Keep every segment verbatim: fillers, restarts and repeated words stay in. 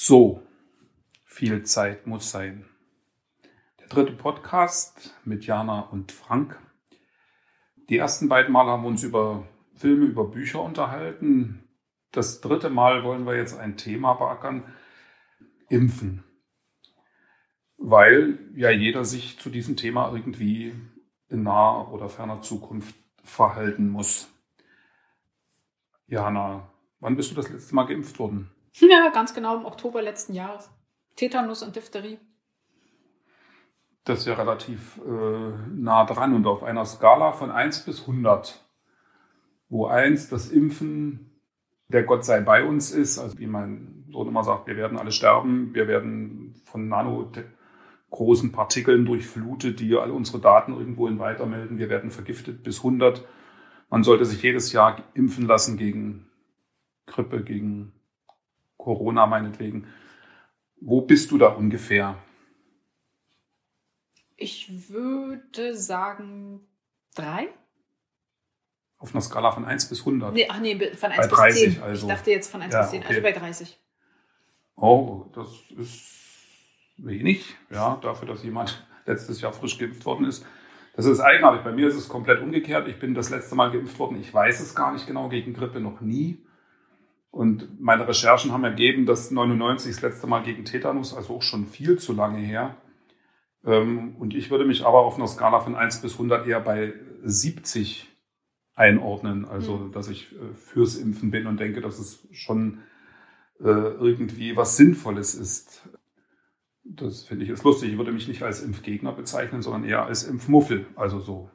So, viel Zeit muss sein. Der dritte Podcast mit Jana und Frank. Die ersten beiden Mal haben wir uns über Filme, über Bücher unterhalten. Das dritte Mal wollen wir jetzt ein Thema beackern: Impfen. Weil ja jeder sich zu diesem Thema irgendwie in naher oder ferner Zukunft verhalten muss. Jana, wann bist du das letzte Mal geimpft worden? Ja, ganz genau, im Oktober letzten Jahres. Tetanus und Diphtherie. Das ist ja relativ äh, nah dran und auf einer Skala von eins bis hundert, wo eins das Impfen der Gott sei bei uns ist, also wie mein Sohn immer sagt, wir werden alle sterben, wir werden von nanogroßen Partikeln durchflutet, die alle unsere Daten irgendwohin weitermelden, wir werden vergiftet, bis hundert. Man sollte sich jedes Jahr impfen lassen gegen Grippe, gegen Corona meinetwegen. Wo bist du da ungefähr? Ich würde sagen drei. Auf einer Skala von eins bis hundert? Nee, ach nee, von eins bei bis dreißig zehn. Also. Ich dachte jetzt von eins Ja, bis zehn, okay. also bei dreißig. Oh, das ist wenig, ja, dafür, dass jemand letztes Jahr frisch geimpft worden ist. Das ist eigenartig. Bei mir ist es komplett umgekehrt. Ich bin das letzte Mal geimpft worden. Ich weiß es gar nicht genau, gegen Grippe noch nie. Und meine Recherchen haben ergeben, dass neunundneunzig das letzte Mal gegen Tetanus, also auch schon viel zu lange her. Und ich würde mich aber auf einer Skala von eins bis hundert eher bei siebzig einordnen. Also, mhm. dass ich fürs Impfen bin und denke, dass es schon irgendwie was Sinnvolles ist. Das finde ich jetzt lustig. Ich würde mich nicht als Impfgegner bezeichnen, sondern eher als Impfmuffel. Also so.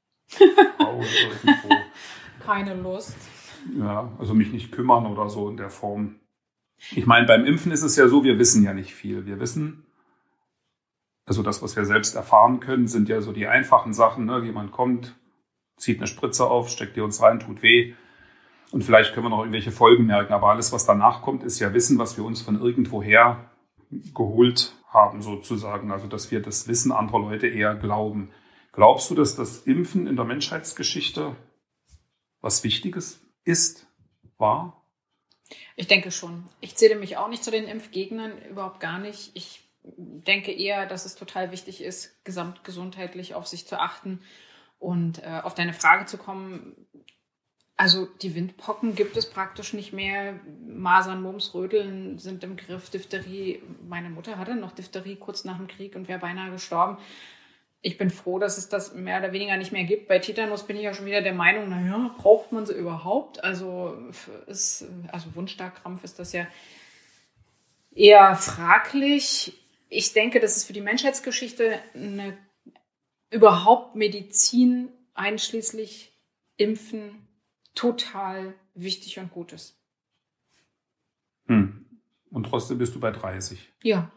irgendwo. Keine Lust. Ja, also mich nicht kümmern oder so in der Form. Ich meine, beim Impfen ist es ja so, wir wissen ja nicht viel. Wir wissen, also das, was wir selbst erfahren können, sind ja so die einfachen Sachen. Ne? Jemand kommt, zieht eine Spritze auf, steckt die uns rein, tut weh. Und vielleicht können wir noch irgendwelche Folgen merken. Aber alles, was danach kommt, ist ja Wissen, was wir uns von irgendwoher geholt haben, sozusagen. Also, dass wir das Wissen anderer Leute eher glauben. Glaubst du, dass das Impfen in der Menschheitsgeschichte was Wichtiges ist, war? Ich denke schon. Ich zähle mich auch nicht zu den Impfgegnern, überhaupt gar nicht. Ich denke eher, dass es total wichtig ist, gesamtgesundheitlich auf sich zu achten und äh, auf deine Frage zu kommen. Also die Windpocken gibt es praktisch nicht mehr. Masern, Mumps, Röteln sind im Griff. Diphtherie, meine Mutter hatte noch Diphtherie kurz nach dem Krieg und wäre beinahe gestorben. Ich bin froh, dass es das mehr oder weniger nicht mehr gibt. Bei Tetanus bin ich ja schon wieder der Meinung, naja, braucht man sie überhaupt? Also, ist, also Wundstarkrampf ist das ja eher fraglich. Ich denke, dass es für die Menschheitsgeschichte eine, überhaupt Medizin, einschließlich Impfen, total wichtig und gut ist. Hm. Und trotzdem bist du bei dreißig. Ja.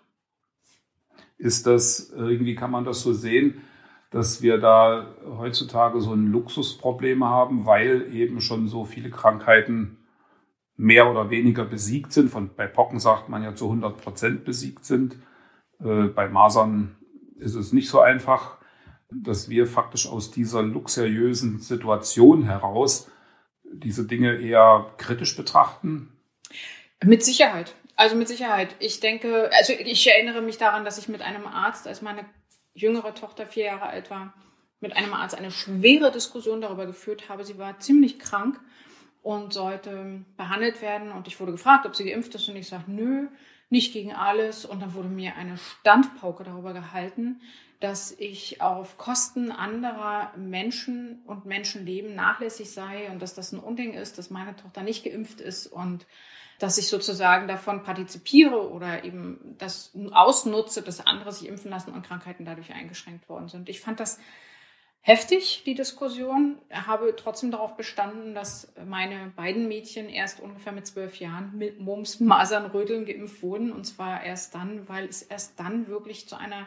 Ist das, irgendwie kann man das so sehen, dass wir da heutzutage so ein Luxusproblem haben, weil eben schon so viele Krankheiten mehr oder weniger besiegt sind. Von, bei Pocken sagt man ja zu hundert Prozent besiegt sind. Äh, bei Masern ist es nicht so einfach, dass wir faktisch aus dieser luxuriösen Situation heraus diese Dinge eher kritisch betrachten? Mit Sicherheit. Also mit Sicherheit. Ich denke, also ich erinnere mich daran, dass ich mit einem Arzt, als meine jüngere Tochter vier Jahre alt war, mit einem Arzt eine schwere Diskussion darüber geführt habe. Sie war ziemlich krank und sollte behandelt werden. Und ich wurde gefragt, ob sie geimpft ist. Und ich sage, nö, nicht gegen alles. Und dann wurde mir eine Standpauke darüber gehalten, dass ich auf Kosten anderer Menschen und Menschenleben nachlässig sei und dass das ein Unding ist, dass meine Tochter nicht geimpft ist und dass ich sozusagen davon partizipiere oder eben das ausnutze, dass andere sich impfen lassen und Krankheiten dadurch eingeschränkt worden sind. Ich fand das heftig, die Diskussion. Ich habe trotzdem darauf bestanden, dass meine beiden Mädchen erst ungefähr mit zwölf Jahren mit Mumps, Masern, Röteln geimpft wurden. Und zwar erst dann, weil es erst dann wirklich zu einer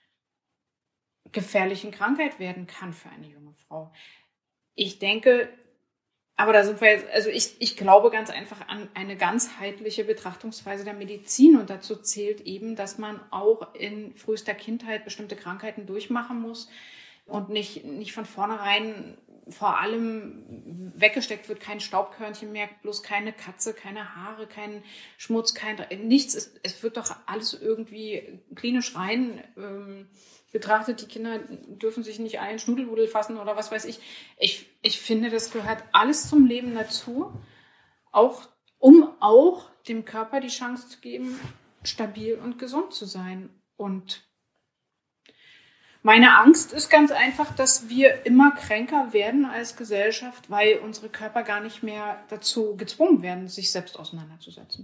gefährlichen Krankheit werden kann für eine junge Frau. Ich denke, aber da sind wir jetzt, also ich, ich glaube ganz einfach an eine ganzheitliche Betrachtungsweise der Medizin und dazu zählt eben, dass man auch in frühester Kindheit bestimmte Krankheiten durchmachen muss und nicht, nicht von vornherein vor allem weggesteckt wird, kein Staubkörnchen mehr, bloß keine Katze, keine Haare, kein Schmutz, kein nichts. Es, es wird doch alles irgendwie klinisch rein ähm, betrachtet. Die Kinder dürfen sich nicht einen Schnudelwudel fassen oder was weiß ich. Ich, ich finde, das gehört alles zum Leben dazu, auch, um auch dem Körper die Chance zu geben, stabil und gesund zu sein. Und meine Angst ist ganz einfach, dass wir immer kränker werden als Gesellschaft, weil unsere Körper gar nicht mehr dazu gezwungen werden, sich selbst auseinanderzusetzen.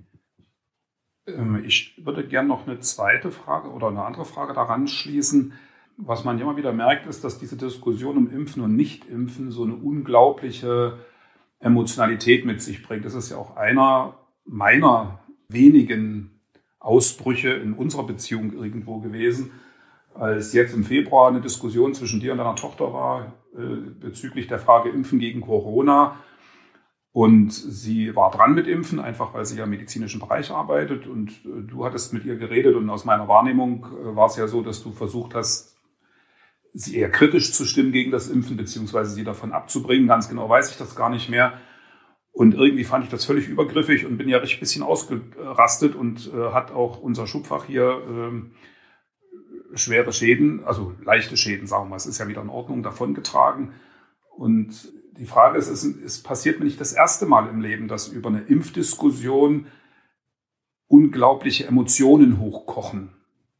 Ich würde gerne noch eine zweite Frage oder eine andere Frage daran schließen. Was man immer wieder merkt, ist, dass diese Diskussion um Impfen und Nicht-Impfen so eine unglaubliche Emotionalität mit sich bringt. Das ist ja auch einer meiner wenigen Ausbrüche in unserer Beziehung irgendwo gewesen, als jetzt im Februar eine Diskussion zwischen dir und deiner Tochter war äh, bezüglich der Frage Impfen gegen Corona. Und sie war dran mit Impfen, einfach weil sie ja im medizinischen Bereich arbeitet. Und äh, du hattest mit ihr geredet. Und aus meiner Wahrnehmung äh, war es ja so, dass du versucht hast, sie eher kritisch zu stimmen gegen das Impfen, beziehungsweise sie davon abzubringen. Ganz genau weiß ich das gar nicht mehr. Und irgendwie fand ich das völlig übergriffig und bin ja richtig ein bisschen ausgerastet und äh, hat auch unser Schubfach hier äh, schwere Schäden, also leichte Schäden, sagen wir mal, es ist ja wieder in Ordnung, davongetragen. Und die Frage ist, es, es passiert mir nicht das erste Mal im Leben, dass über eine Impfdiskussion unglaubliche Emotionen hochkochen.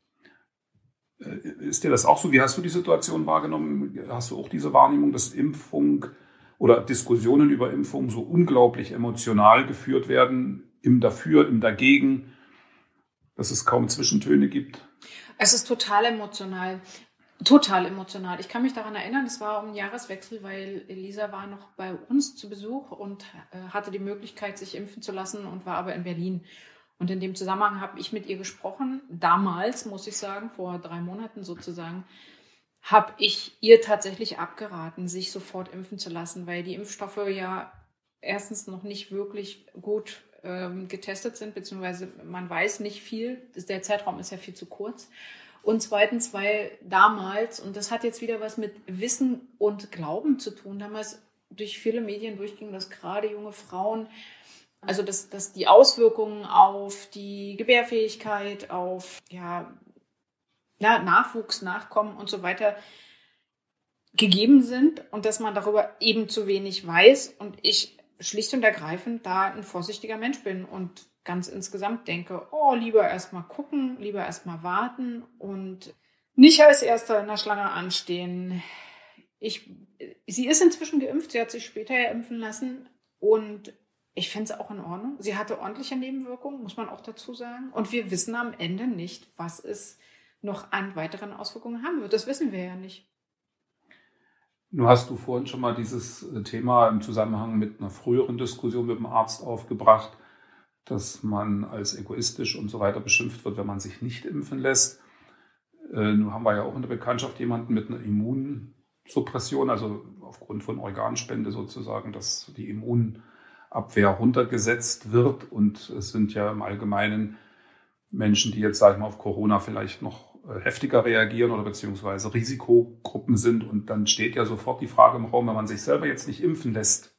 Ist dir das auch so? Wie hast du die Situation wahrgenommen? Hast du auch diese Wahrnehmung, dass Impfung oder Diskussionen über Impfung so unglaublich emotional geführt werden, im Dafür, im Dagegen, dass es kaum Zwischentöne gibt? Es ist total emotional. Total emotional. Ich kann mich daran erinnern, es war um den Jahreswechsel, weil Elisa war noch bei uns zu Besuch und äh, hatte die Möglichkeit, sich impfen zu lassen und war aber in Berlin. Und in dem Zusammenhang habe ich mit ihr gesprochen. Damals, muss ich sagen, vor drei Monaten sozusagen, habe ich ihr tatsächlich abgeraten, sich sofort impfen zu lassen, weil die Impfstoffe ja erstens noch nicht wirklich gut ähm, getestet sind, beziehungsweise man weiß nicht viel. Der Zeitraum ist ja viel zu kurz. Und zweitens, weil damals, und das hat jetzt wieder was mit Wissen und Glauben zu tun, damals durch viele Medien durchging, dass gerade junge Frauen, also dass, dass die Auswirkungen auf die Gebärfähigkeit, auf ja, ja, Nachwuchs, Nachkommen und so weiter gegeben sind und dass man darüber eben zu wenig weiß. Und ich schlicht und ergreifend da ein vorsichtiger Mensch bin und ganz insgesamt denke, oh, lieber erstmal gucken, lieber erstmal warten und nicht als Erster in der Schlange anstehen. Ich, sie ist inzwischen geimpft, sie hat sich später ja impfen lassen und ich finde es auch in Ordnung. Sie hatte ordentliche Nebenwirkungen, muss man auch dazu sagen. Und wir wissen am Ende nicht, was es noch an weiteren Auswirkungen haben wird. Das wissen wir ja nicht. Nun hast du vorhin schon mal dieses Thema im Zusammenhang mit einer früheren Diskussion mit dem Arzt aufgebracht, dass man als egoistisch und so weiter beschimpft wird, wenn man sich nicht impfen lässt. Äh, nun haben wir ja auch in der Bekanntschaft jemanden mit einer Immunsuppression, also aufgrund von Organspende sozusagen, dass die Immunabwehr runtergesetzt wird. Und es sind ja im Allgemeinen Menschen, die jetzt, sage ich mal, auf Corona vielleicht noch heftiger reagieren oder beziehungsweise Risikogruppen sind. Und dann steht ja sofort die Frage im Raum, wenn man sich selber jetzt nicht impfen lässt,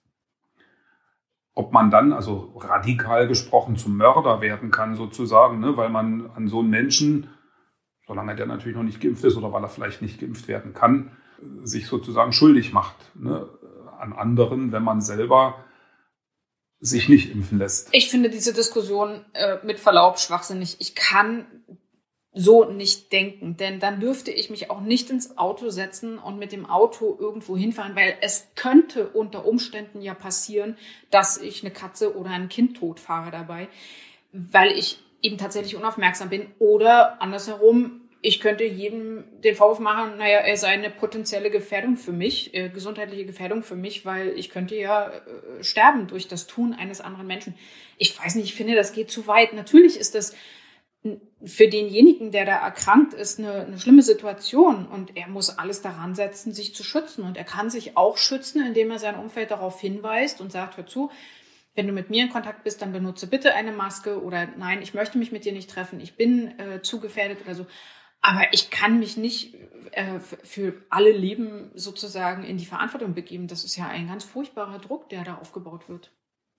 ob man dann, also radikal gesprochen, zum Mörder werden kann sozusagen, ne, weil man an so einen Menschen, solange der natürlich noch nicht geimpft ist oder weil er vielleicht nicht geimpft werden kann, sich sozusagen schuldig macht, ne, an anderen, wenn man selber sich nicht impfen lässt. Ich finde diese Diskussion äh, mit Verlaub schwachsinnig. Ich kann so nicht denken, denn dann dürfte ich mich auch nicht ins Auto setzen und mit dem Auto irgendwo hinfahren, weil es könnte unter Umständen ja passieren, dass ich eine Katze oder ein Kind totfahre dabei, weil ich eben tatsächlich unaufmerksam bin oder andersherum, ich könnte jedem den Vorwurf machen, naja, er sei eine potenzielle Gefährdung für mich, äh, gesundheitliche Gefährdung für mich, weil ich könnte ja äh, sterben durch das Tun eines anderen Menschen. Ich weiß nicht, ich finde, das geht zu weit. Natürlich ist das für denjenigen, der da erkrankt ist, eine, eine schlimme Situation und er muss alles daran setzen, sich zu schützen und er kann sich auch schützen, indem er sein Umfeld darauf hinweist und sagt, hör zu, wenn du mit mir in Kontakt bist, dann benutze bitte eine Maske oder nein, ich möchte mich mit dir nicht treffen, ich bin äh, zu gefährdet oder so. Aber ich kann mich nicht äh, für alle Leben sozusagen in die Verantwortung begeben. Das ist ja ein ganz furchtbarer Druck, der da aufgebaut wird.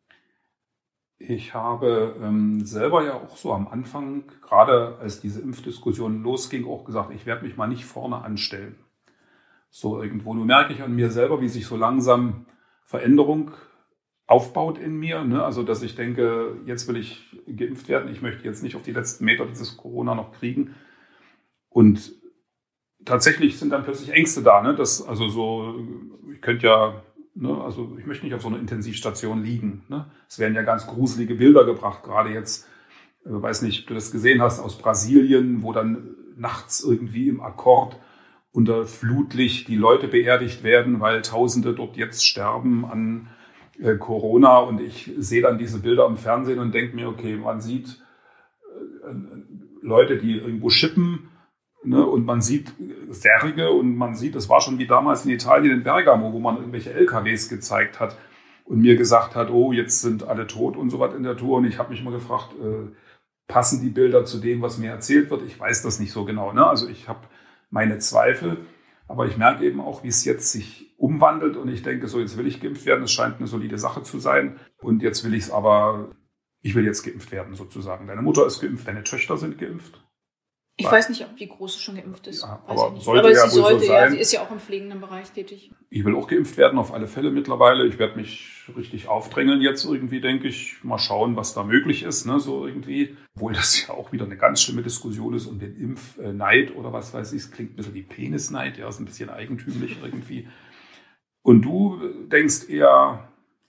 Ich habe ähm, selber ja auch so am Anfang, gerade als diese Impfdiskussion losging, auch gesagt, ich werde mich mal nicht vorne anstellen. So irgendwo. Nun merke ich an mir selber, wie sich so langsam Veränderung aufbaut in mir. Ne? Also, dass ich denke, jetzt will ich geimpft werden. Ich möchte jetzt nicht auf die letzten Meter dieses Corona noch kriegen. Und tatsächlich sind dann plötzlich Ängste da. Ne? Das, also so, ich könnte ja, ne? Also ich möchte nicht auf so einer Intensivstation liegen. Ne? Es werden ja ganz gruselige Bilder gebracht, gerade jetzt, ich weiß nicht, ob du das gesehen hast, aus Brasilien, wo dann nachts irgendwie im Akkord unter Flutlicht die Leute beerdigt werden, weil Tausende dort jetzt sterben an äh, Corona. Und ich sehe dann diese Bilder im Fernsehen und denke mir, okay, man sieht äh, Leute, die irgendwo schippen, ne, und man sieht Särge und man sieht, das war schon wie damals in Italien in Bergamo, wo man irgendwelche L K Ws gezeigt hat und mir gesagt hat, oh, jetzt sind alle tot und so was in der Tour. Und ich habe mich mal gefragt, äh, passen die Bilder zu dem, was mir erzählt wird? Ich weiß das nicht so genau. Ne? Also ich habe meine Zweifel, aber ich merke eben auch, wie es jetzt sich umwandelt und ich denke, so jetzt will ich geimpft werden, es scheint eine solide Sache zu sein und jetzt will ich es aber, ich will jetzt geimpft werden sozusagen. Deine Mutter ist geimpft, deine Töchter sind geimpft. Ich Weil, weiß nicht, ob die Große schon geimpft ist. Ja, weiß aber ich sollte aber ja sie wohl sollte, so ja, sein. sie ist ja auch im pflegenden Bereich tätig. Ich will auch geimpft werden, auf alle Fälle mittlerweile. Ich werde mich richtig aufdrängeln jetzt irgendwie, denke ich. Mal schauen, was da möglich ist, ne, so irgendwie. Obwohl das ja auch wieder eine ganz schlimme Diskussion ist um den Impfneid oder was weiß ich. Es klingt ein bisschen wie Penisneid, ja, ist ein bisschen eigentümlich irgendwie. Und du denkst eher...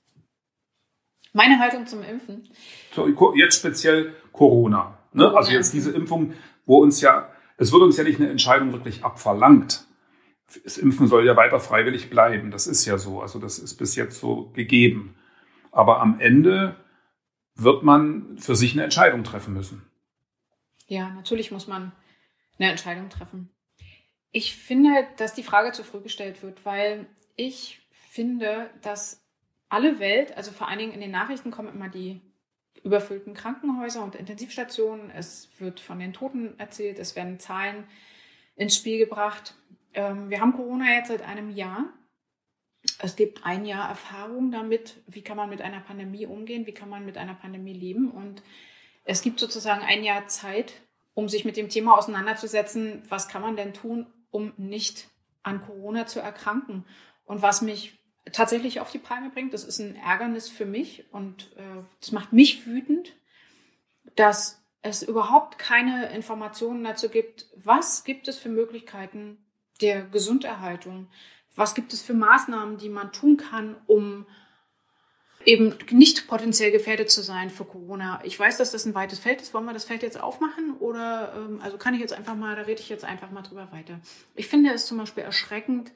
Meine Haltung zum Impfen? So, jetzt speziell Corona. Ne? Corona. Also jetzt diese Impfung, wo uns ja... Es wird uns ja nicht eine Entscheidung wirklich abverlangt. Das Impfen soll ja weiter freiwillig bleiben. Das ist ja so. Also das ist bis jetzt so gegeben. Aber am Ende wird man für sich eine Entscheidung treffen müssen. Ja, natürlich muss man eine Entscheidung treffen. Ich finde, dass die Frage zu früh gestellt wird, weil ich finde, dass alle Welt, also vor allen Dingen in den Nachrichten kommen immer die überfüllten Krankenhäuser und Intensivstationen. Es wird von den Toten erzählt, es werden Zahlen ins Spiel gebracht. Ähm, wir haben Corona jetzt seit einem Jahr. Es gibt ein Jahr Erfahrung damit, wie kann man mit einer Pandemie umgehen, wie kann man mit einer Pandemie leben. Und es gibt sozusagen ein Jahr Zeit, um sich mit dem Thema auseinanderzusetzen, was kann man denn tun, um nicht an Corona zu erkranken. Und was mich tatsächlich auf die Palme bringt, das ist ein Ärgernis für mich und äh, das macht mich wütend, dass es überhaupt keine Informationen dazu gibt, was gibt es für Möglichkeiten der Gesunderhaltung, was gibt es für Maßnahmen, die man tun kann, um eben nicht potenziell gefährdet zu sein für Corona. Ich weiß, dass das ein weites Feld ist. Wollen wir das Feld jetzt aufmachen? Oder ähm, also kann ich jetzt einfach mal, da rede ich jetzt einfach mal drüber weiter. Ich finde es zum Beispiel erschreckend,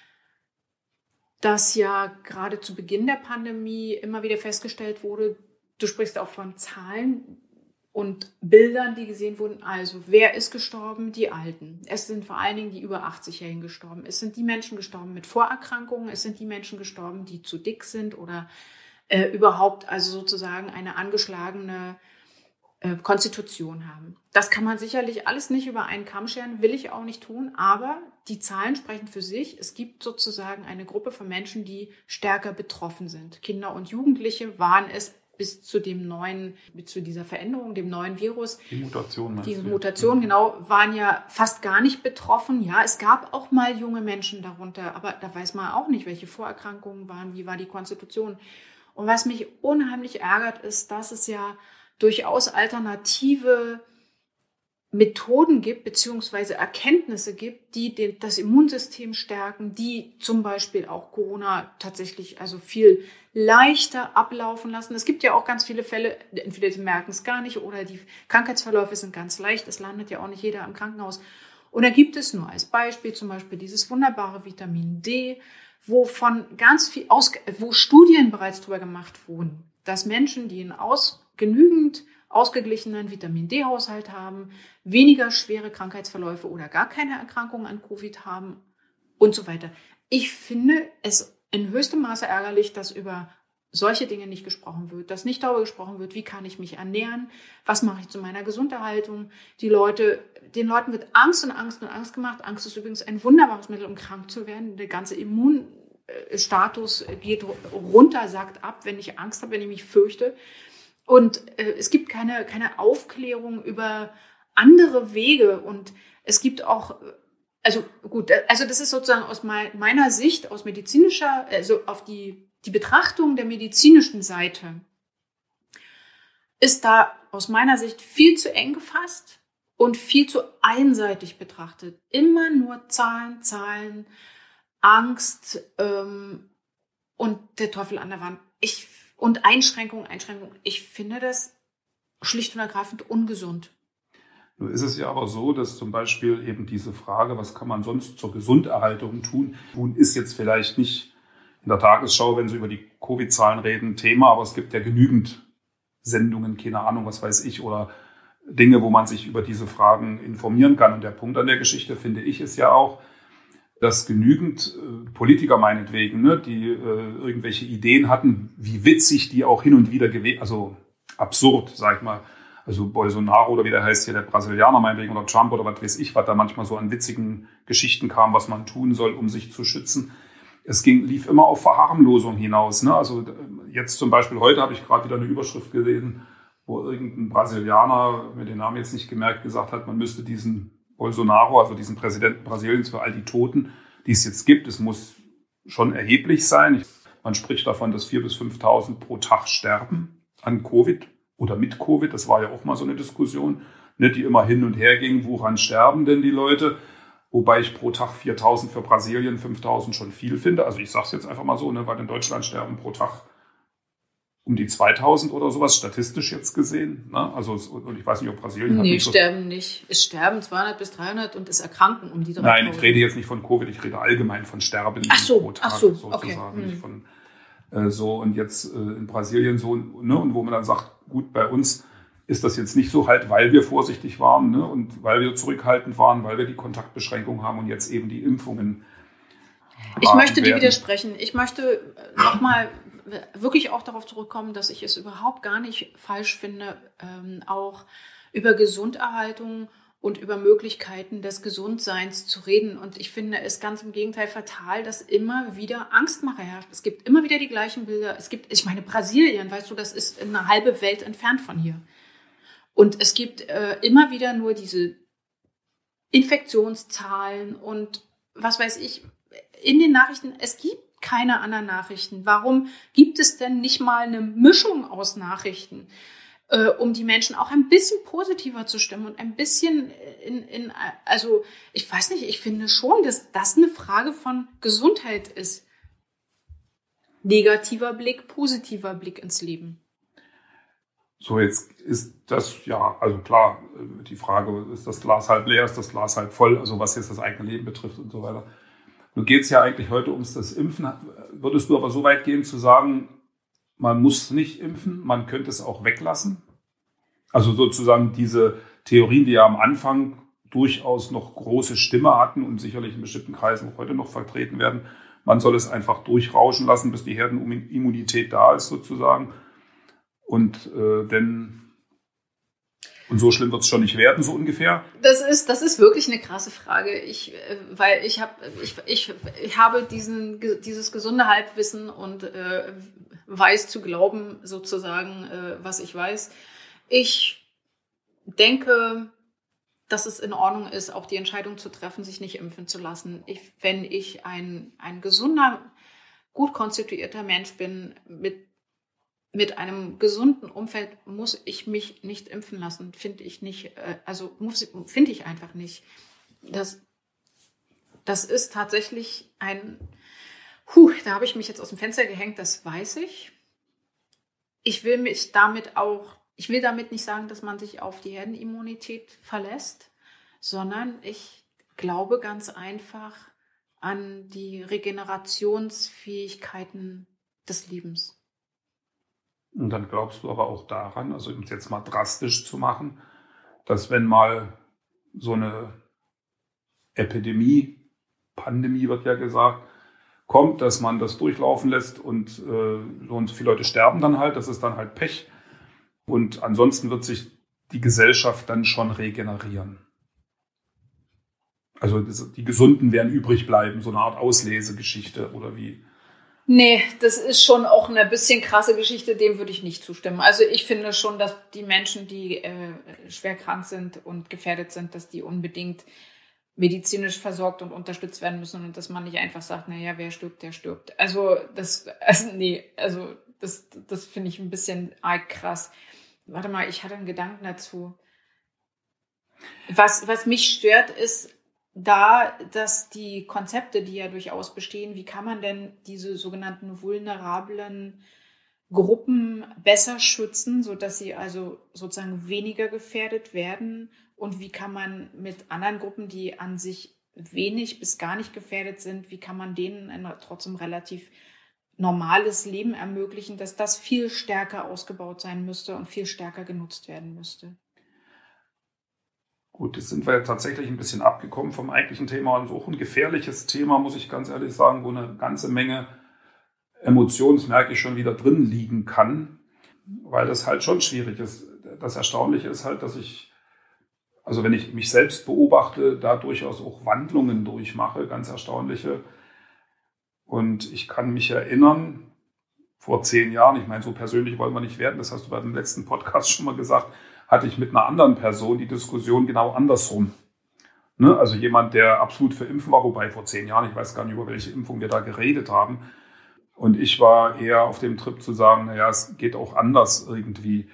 dass ja gerade zu Beginn der Pandemie immer wieder festgestellt wurde, du sprichst auch von Zahlen und Bildern, die gesehen wurden. Also wer ist gestorben? Die Alten. Es sind vor allen Dingen die über achtzig-Jährigen gestorben. Es sind die Menschen gestorben mit Vorerkrankungen. Es sind die Menschen gestorben, die zu dick sind oder äh, überhaupt also sozusagen eine angeschlagene äh, Konstitution haben. Das kann man sicherlich alles nicht über einen Kamm scheren, will ich auch nicht tun, aber die Zahlen sprechen für sich. Es gibt sozusagen eine Gruppe von Menschen, die stärker betroffen sind. Kinder und Jugendliche waren es bis zu dem neuen, bis zu dieser Veränderung, dem neuen Virus. Die Mutation. Diese Mutation, genau, waren ja fast gar nicht betroffen. Ja, es gab auch mal junge Menschen darunter, aber da weiß man auch nicht, welche Vorerkrankungen waren, wie war die Konstitution. Und was mich unheimlich ärgert, ist, dass es ja durchaus alternative Methoden gibt, beziehungsweise Erkenntnisse gibt, die den, das Immunsystem stärken, die zum Beispiel auch Corona tatsächlich also viel leichter ablaufen lassen. Es gibt ja auch ganz viele Fälle, entweder sie merken es gar nicht oder die Krankheitsverläufe sind ganz leicht. Es landet ja auch nicht jeder im Krankenhaus. Und da gibt es nur als Beispiel zum Beispiel dieses wunderbare Vitamin D, wo von ganz viel aus, wo Studien bereits drüber gemacht wurden, dass Menschen, die einen aus, genügend ausgeglichenen Vitamin-D-Haushalt haben, weniger schwere Krankheitsverläufe oder gar keine Erkrankungen an Covid haben und so weiter. Ich finde es in höchstem Maße ärgerlich, dass über solche Dinge nicht gesprochen wird, dass nicht darüber gesprochen wird, wie kann ich mich ernähren, was mache ich zu meiner Gesunderhaltung. Die Leute, den Leuten wird Angst und Angst und Angst gemacht. Angst ist übrigens ein wunderbares Mittel, um krank zu werden. Der ganze Immunstatus geht runter, sagt ab, wenn ich Angst habe, wenn ich mich fürchte. Und äh, es gibt keine, keine Aufklärung über andere Wege. Und es gibt auch, also gut, also das ist sozusagen aus mein, meiner Sicht, aus medizinischer, also auf die Die Betrachtung der medizinischen Seite ist da aus meiner Sicht viel zu eng gefasst und viel zu einseitig betrachtet. Immer nur Zahlen, Zahlen, Angst ähm, und der Teufel an der Wand. Ich, und Einschränkungen, Einschränkungen. Ich finde das schlicht und ergreifend ungesund. Nun ist es ja aber so, dass zum Beispiel eben diese Frage, was kann man sonst zur Gesunderhaltung tun, tun ist jetzt vielleicht nicht in der Tagesschau, wenn Sie über die Covid-Zahlen reden, Thema, aber es gibt ja genügend Sendungen, keine Ahnung, was weiß ich, oder Dinge, wo man sich über diese Fragen informieren kann. Und der Punkt an der Geschichte, finde ich, ist ja auch, dass genügend äh, Politiker meinetwegen, ne, die äh, irgendwelche Ideen hatten, wie witzig die auch hin und wieder gewesen, also absurd, sag ich mal, also Bolsonaro oder wie der heißt hier, der Brasilianer meinetwegen, oder Trump oder was weiß ich, was da manchmal so an witzigen Geschichten kam, was man tun soll, um sich zu schützen. Es ging, lief immer auf Verharmlosung hinaus. Ne? Also jetzt zum Beispiel, heute habe ich gerade wieder eine Überschrift gelesen, wo irgendein Brasilianer, mit dem Namen jetzt nicht gemerkt, gesagt hat, man müsste diesen Bolsonaro, also diesen Präsidenten Brasiliens, für all die Toten, die es jetzt gibt, es muss schon erheblich sein. Man spricht davon, dass viertausend bis fünftausend pro Tag sterben an Covid oder mit Covid. Das war ja auch mal so eine Diskussion, ne, die immer hin und her ging, woran sterben denn die Leute? Wobei ich pro Tag viertausend für Brasilien, fünftausend schon viel finde. Also ich sage es jetzt einfach mal so, ne, weil in Deutschland sterben pro Tag um die zweitausend oder sowas, statistisch jetzt gesehen. Ne? Also, und ich weiß nicht, ob Brasilien... Nee, hat nicht sterben so nicht. Es sterben zweihundert bis dreihundert und es erkranken um die dreitausend. Nein, ich rede jetzt nicht von Covid, ich rede allgemein von Sterben ach so, pro Tag ach so, sozusagen. Okay. Nicht von, äh, so und jetzt äh, in Brasilien so, ne, und wo man dann sagt, gut, bei uns ist das jetzt nicht so, halt, weil wir vorsichtig waren, ne, und weil wir zurückhaltend waren, weil wir die Kontaktbeschränkung haben und jetzt eben die Impfungen. Ich möchte dir widersprechen. Ich möchte nochmal wirklich auch darauf zurückkommen, dass ich es überhaupt gar nicht falsch finde, ähm, auch über Gesunderhaltung und über Möglichkeiten des Gesundseins zu reden. Und ich finde es ganz im Gegenteil fatal, dass immer wieder Angstmache herrscht. Es gibt immer wieder die gleichen Bilder. Es gibt, ich meine, Brasilien, weißt du, das ist eine halbe Welt entfernt von hier. Und es gibt äh, immer wieder nur diese Infektionszahlen und was weiß ich, in den Nachrichten, es gibt keine anderen Nachrichten. Warum gibt es denn nicht mal eine Mischung aus Nachrichten, äh, um die Menschen auch ein bisschen positiver zu stimmen und ein bisschen in, in, also ich weiß nicht, ich finde schon, dass das eine Frage von Gesundheit ist. Negativer Blick, positiver Blick ins Leben. So, jetzt ist das, ja, also klar, die Frage, ist das Glas halb leer, ist das Glas halb voll, also was jetzt das eigene Leben betrifft und so weiter. Nun geht es ja eigentlich heute ums das Impfen. Würdest du aber so weit gehen zu sagen, man muss nicht impfen, man könnte es auch weglassen? Also sozusagen diese Theorien, die ja am Anfang durchaus noch große Stimme hatten und sicherlich in bestimmten Kreisen auch heute noch vertreten werden, man soll es einfach durchrauschen lassen, bis die Herdenimmunität da ist sozusagen. Und äh, denn und so schlimm wird es schon nicht werden, so ungefähr? Das ist, das ist wirklich eine krasse Frage. Ich, äh, weil ich, hab, ich, ich, ich habe diesen, dieses gesunde Halbwissen und äh, weiß zu glauben, sozusagen, äh, was ich weiß. Ich denke, dass es in Ordnung ist, auch die Entscheidung zu treffen, sich nicht impfen zu lassen. Ich, wenn ich ein, ein gesunder, gut konstituierter Mensch bin, mit Mit einem gesunden Umfeld muss ich mich nicht impfen lassen, finde ich nicht, also muss, finde ich einfach nicht. Das, das ist tatsächlich ein, puh, da habe ich mich jetzt aus dem Fenster gehängt, das weiß ich. Ich will mich damit auch, ich will damit nicht sagen, dass man sich auf die Herdenimmunität verlässt, sondern ich glaube ganz einfach an die Regenerationsfähigkeiten des Lebens. Und dann glaubst du aber auch daran, also um es jetzt mal drastisch zu machen, dass wenn mal so eine Epidemie, Pandemie wird ja gesagt, kommt, dass man das durchlaufen lässt und äh, so und so viele Leute sterben dann halt. Das ist dann halt Pech. Und ansonsten wird sich die Gesellschaft dann schon regenerieren. Also die Gesunden werden übrig bleiben, so eine Art Auslesegeschichte oder wie? Nee, das ist schon auch eine bisschen krasse Geschichte, dem würde ich nicht zustimmen. Also ich finde schon, dass die Menschen, die äh, schwer krank sind und gefährdet sind, dass die unbedingt medizinisch versorgt und unterstützt werden müssen und dass man nicht einfach sagt, naja, wer stirbt, der stirbt. Also das, also nee, also das, das finde ich ein bisschen arg krass. Warte mal, ich hatte einen Gedanken dazu. Was, was mich stört, ist da, dass die Konzepte, die ja durchaus bestehen, wie kann man denn diese sogenannten vulnerablen Gruppen besser schützen, sodass sie also sozusagen weniger gefährdet werden? Und wie kann man mit anderen Gruppen, die an sich wenig bis gar nicht gefährdet sind, wie kann man denen ein trotzdem relativ normales Leben ermöglichen, dass das viel stärker ausgebaut sein müsste und viel stärker genutzt werden müsste? Gut, jetzt sind wir ja tatsächlich ein bisschen abgekommen vom eigentlichen Thema und so auch ein gefährliches Thema, muss ich ganz ehrlich sagen, wo eine ganze Menge Emotionen, das merke ich, schon wieder drin liegen kann, weil das halt schon schwierig ist. Das Erstaunliche ist halt, dass ich, also wenn ich mich selbst beobachte, da durchaus auch Wandlungen durchmache, ganz erstaunliche. Und ich kann mich erinnern, vor zehn Jahren, ich meine, so persönlich wollen wir nicht werden, das hast du bei dem letzten Podcast schon mal gesagt, hatte ich mit einer anderen Person die Diskussion genau andersrum. Ne? Also jemand, der absolut für Impfen war, wobei vor zehn Jahren, ich weiß gar nicht, über welche Impfung wir da geredet haben. Und ich war eher auf dem Trip zu sagen, naja, es geht auch anders irgendwie.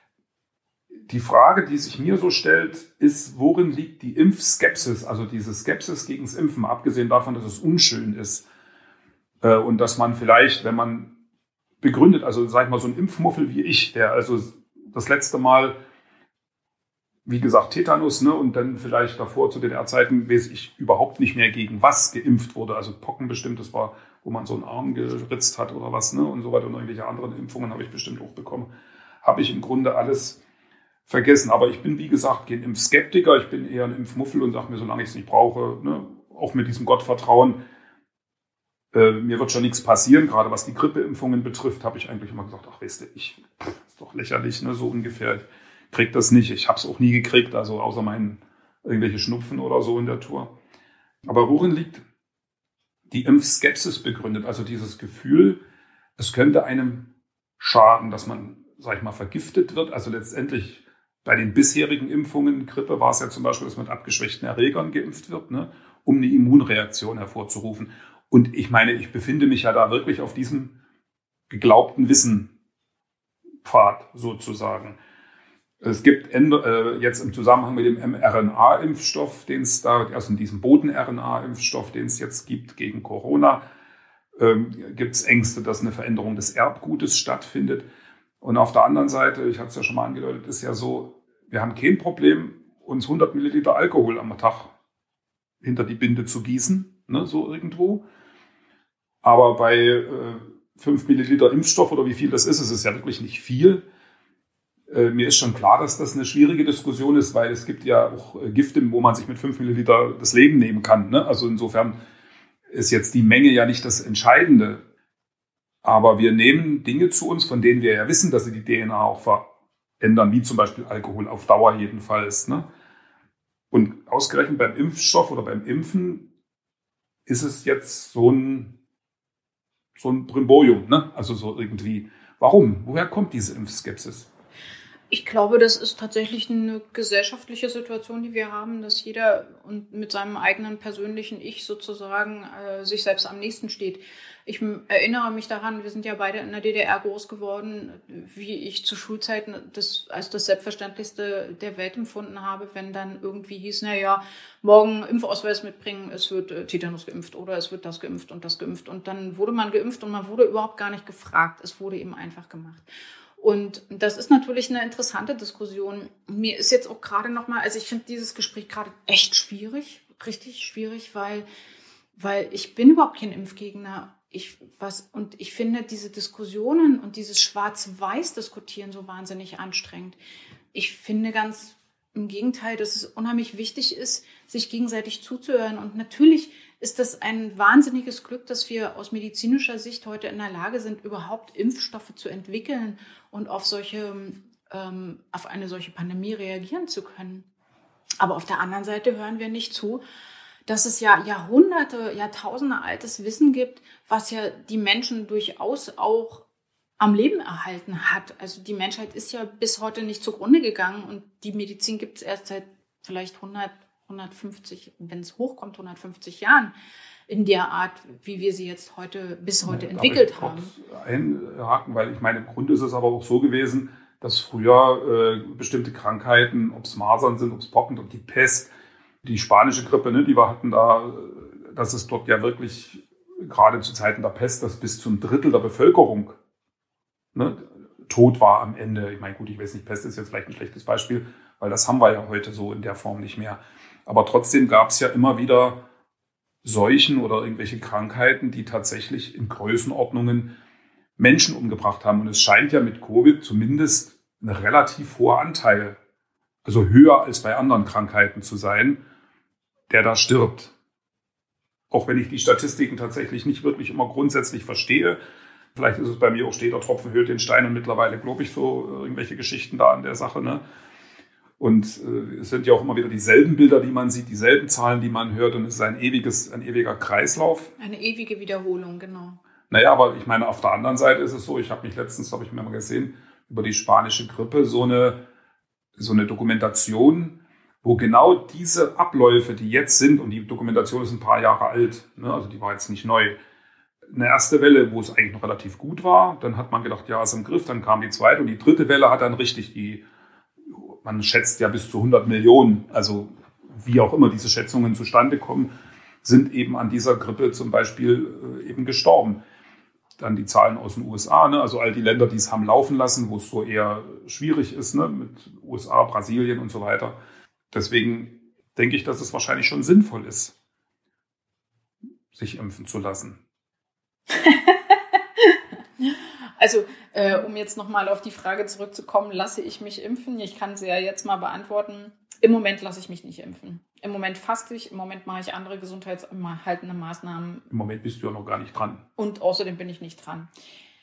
Die Frage, die sich mir so stellt, ist, worin liegt die Impfskepsis, also diese Skepsis gegen das Impfen, abgesehen davon, dass es unschön ist äh, und dass man vielleicht, wenn man begründet, also sag ich mal so ein Impfmuffel wie ich, der also das letzte Mal, wie gesagt, Tetanus, ne, und dann vielleicht davor zu D D R-Zeiten, weiß ich überhaupt nicht mehr, gegen was geimpft wurde. Also Pocken bestimmt, das war, wo man so einen Arm geritzt hat oder was, ne, und so weiter. Und irgendwelche anderen Impfungen habe ich bestimmt auch bekommen. Habe ich im Grunde alles vergessen. Aber ich bin, wie gesagt, kein Impfskeptiker. Ich bin eher ein Impfmuffel und sage mir, solange ich es nicht brauche, ne, auch mit diesem Gottvertrauen, äh, mir wird schon nichts passieren. Gerade was die Grippeimpfungen betrifft, habe ich eigentlich immer gesagt, ach, weißt du, ich, ist doch lächerlich, ne, so ungefähr. Krieg das nicht. Ich habe es auch nie gekriegt, also außer meinen irgendwelche Schnupfen oder so in der Tour. Aber worin liegt die Impfskepsis begründet? Also dieses Gefühl, es könnte einem schaden, dass man, sag ich mal, vergiftet wird. Also letztendlich bei den bisherigen Impfungen, Grippe, war es ja zum Beispiel, dass man mit abgeschwächten Erregern geimpft wird, ne, um eine Immunreaktion hervorzurufen. Und ich meine, ich befinde mich ja da wirklich auf diesem geglaubten Wissenpfad sozusagen. Es gibt äh, jetzt im Zusammenhang mit dem mRNA-Impfstoff, den es da, also in diesem Boten-R N A-Impfstoff, den es jetzt gibt gegen Corona, ähm, gibt es Ängste, dass eine Veränderung des Erbgutes stattfindet. Und auf der anderen Seite, ich hatte es ja schon mal angedeutet, ist ja so, wir haben kein Problem, uns hundert Milliliter Alkohol am Tag hinter die Binde zu gießen, ne, so irgendwo. Aber bei äh, fünf Milliliter Impfstoff oder wie viel das ist, es ist ja wirklich nicht viel. Mir ist schon klar, dass das eine schwierige Diskussion ist, weil es gibt ja auch Gifte, wo man sich mit fünf Milliliter das Leben nehmen kann. Ne? Also insofern ist jetzt die Menge ja nicht das Entscheidende. Aber wir nehmen Dinge zu uns, von denen wir ja wissen, dass sie die D N A auch verändern, wie zum Beispiel Alkohol auf Dauer jedenfalls. Ne? Und ausgerechnet beim Impfstoff oder beim Impfen ist es jetzt so ein, so ein Brimborium. Ne? Also so irgendwie. Warum? Woher kommt diese Impfskepsis? Ich glaube, das ist tatsächlich eine gesellschaftliche Situation, die wir haben, dass jeder und mit seinem eigenen persönlichen Ich sozusagen äh, sich selbst am nächsten steht. Ich erinnere mich daran, wir sind ja beide in der D D R groß geworden, wie ich zu Schulzeiten das als das Selbstverständlichste der Welt empfunden habe, wenn dann irgendwie hieß, na ja, morgen Impfausweis mitbringen, es wird äh, Tetanus geimpft oder es wird das geimpft und das geimpft. Und dann wurde man geimpft und man wurde überhaupt gar nicht gefragt. Es wurde eben einfach gemacht. Und das ist natürlich eine interessante Diskussion. Mir ist jetzt auch gerade noch mal, also ich finde dieses Gespräch gerade echt schwierig, richtig schwierig, weil, weil ich bin überhaupt kein Impfgegner. Ich, was, und ich finde diese Diskussionen und dieses Schwarz-Weiß-Diskutieren so wahnsinnig anstrengend. Ich finde ganz im Gegenteil, dass es unheimlich wichtig ist, sich gegenseitig zuzuhören. Und natürlich ist das ein wahnsinniges Glück, dass wir aus medizinischer Sicht heute in der Lage sind, überhaupt Impfstoffe zu entwickeln und auf solche, ähm, auf eine solche Pandemie reagieren zu können. Aber auf der anderen Seite hören wir nicht zu, dass es ja Jahrhunderte, Jahrtausende altes Wissen gibt, was ja die Menschen durchaus auch am Leben erhalten hat. Also die Menschheit ist ja bis heute nicht zugrunde gegangen und die Medizin gibt es erst seit vielleicht hundert, hundertfünfzig, wenn es hochkommt, hundertfünfzig Jahren in der Art, wie wir sie jetzt heute bis heute ja, entwickelt darf ich haben. Einhaken, weil ich meine, im Grunde ist es aber auch so gewesen, dass früher äh, bestimmte Krankheiten, ob es Masern sind, ob es Pocken, ob die Pest, die spanische Grippe, ne, die wir hatten da, dass es dort ja wirklich gerade zu Zeiten der Pest, dass bis zum Drittel der Bevölkerung ne, tot war am Ende. Ich meine, gut, ich weiß nicht, Pest ist jetzt vielleicht ein schlechtes Beispiel, weil das haben wir ja heute so in der Form nicht mehr. Aber trotzdem gab es ja immer wieder Seuchen oder irgendwelche Krankheiten, die tatsächlich in Größenordnungen Menschen umgebracht haben. Und es scheint ja mit Covid zumindest ein relativ hoher Anteil, also höher als bei anderen Krankheiten zu sein, der da stirbt. Auch wenn ich die Statistiken tatsächlich nicht wirklich immer grundsätzlich verstehe. Vielleicht ist es bei mir auch, steht der Tropfen höhlt den Stein und mittlerweile glaube ich so irgendwelche Geschichten da an der Sache. Ne? Und äh, es sind ja auch immer wieder dieselben Bilder, die man sieht, dieselben Zahlen, die man hört. Und es ist ein ewiges, ein ewiger Kreislauf. Eine ewige Wiederholung, genau. Naja, aber ich meine, auf der anderen Seite ist es so, ich habe mich letztens, habe ich mir mal gesehen, über die spanische Grippe so eine, so eine Dokumentation, wo genau diese Abläufe, die jetzt sind, und die Dokumentation ist ein paar Jahre alt, ne, also die war jetzt nicht neu, eine erste Welle, wo es eigentlich noch relativ gut war, dann hat man gedacht, ja, ist im Griff, dann kam die zweite und die dritte Welle hat dann richtig die, man schätzt ja bis zu hundert Millionen, also wie auch immer diese Schätzungen zustande kommen, sind eben an dieser Grippe zum Beispiel äh, eben gestorben. Dann die Zahlen aus den U S A, ne? Also all die Länder, die es haben laufen lassen, wo es so eher schwierig ist, ne? Mit U S A, Brasilien und so weiter. Deswegen denke ich, dass es wahrscheinlich schon sinnvoll ist, sich impfen zu lassen. Also, äh, um jetzt nochmal auf die Frage zurückzukommen, lasse ich mich impfen? Ich kann sie ja jetzt mal beantworten. Im Moment lasse ich mich nicht impfen. Im Moment faste ich, im Moment mache ich andere gesundheitserhaltende Maßnahmen. Im Moment bist du ja noch gar nicht dran. Und außerdem bin ich nicht dran.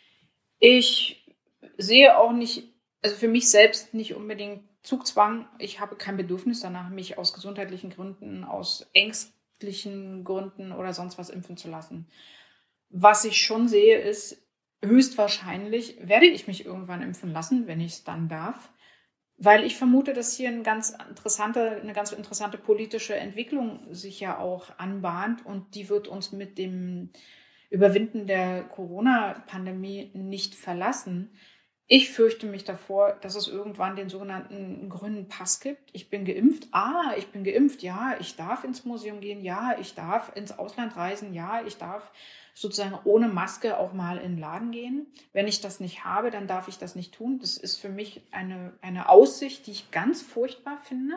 Ich sehe auch nicht, also für mich selbst nicht unbedingt Zugzwang. Ich habe kein Bedürfnis danach, mich aus gesundheitlichen Gründen, aus ängstlichen Gründen oder sonst was impfen zu lassen. Was ich schon sehe, ist, höchstwahrscheinlich werde ich mich irgendwann impfen lassen, wenn ich es dann darf. Weil ich vermute, dass hier eine ganz interessante, eine ganz interessante politische Entwicklung sich ja auch anbahnt und die wird uns mit dem Überwinden der Corona-Pandemie nicht verlassen. Ich fürchte mich davor, dass es irgendwann den sogenannten grünen Pass gibt. Ich bin geimpft. Ah, ich bin geimpft. Ja, ich darf ins Museum gehen. Ja, ich darf ins Ausland reisen. Ja, ich darf sozusagen ohne Maske auch mal in den Laden gehen. Wenn ich das nicht habe, dann darf ich das nicht tun. Das ist für mich eine, eine Aussicht, die ich ganz furchtbar finde.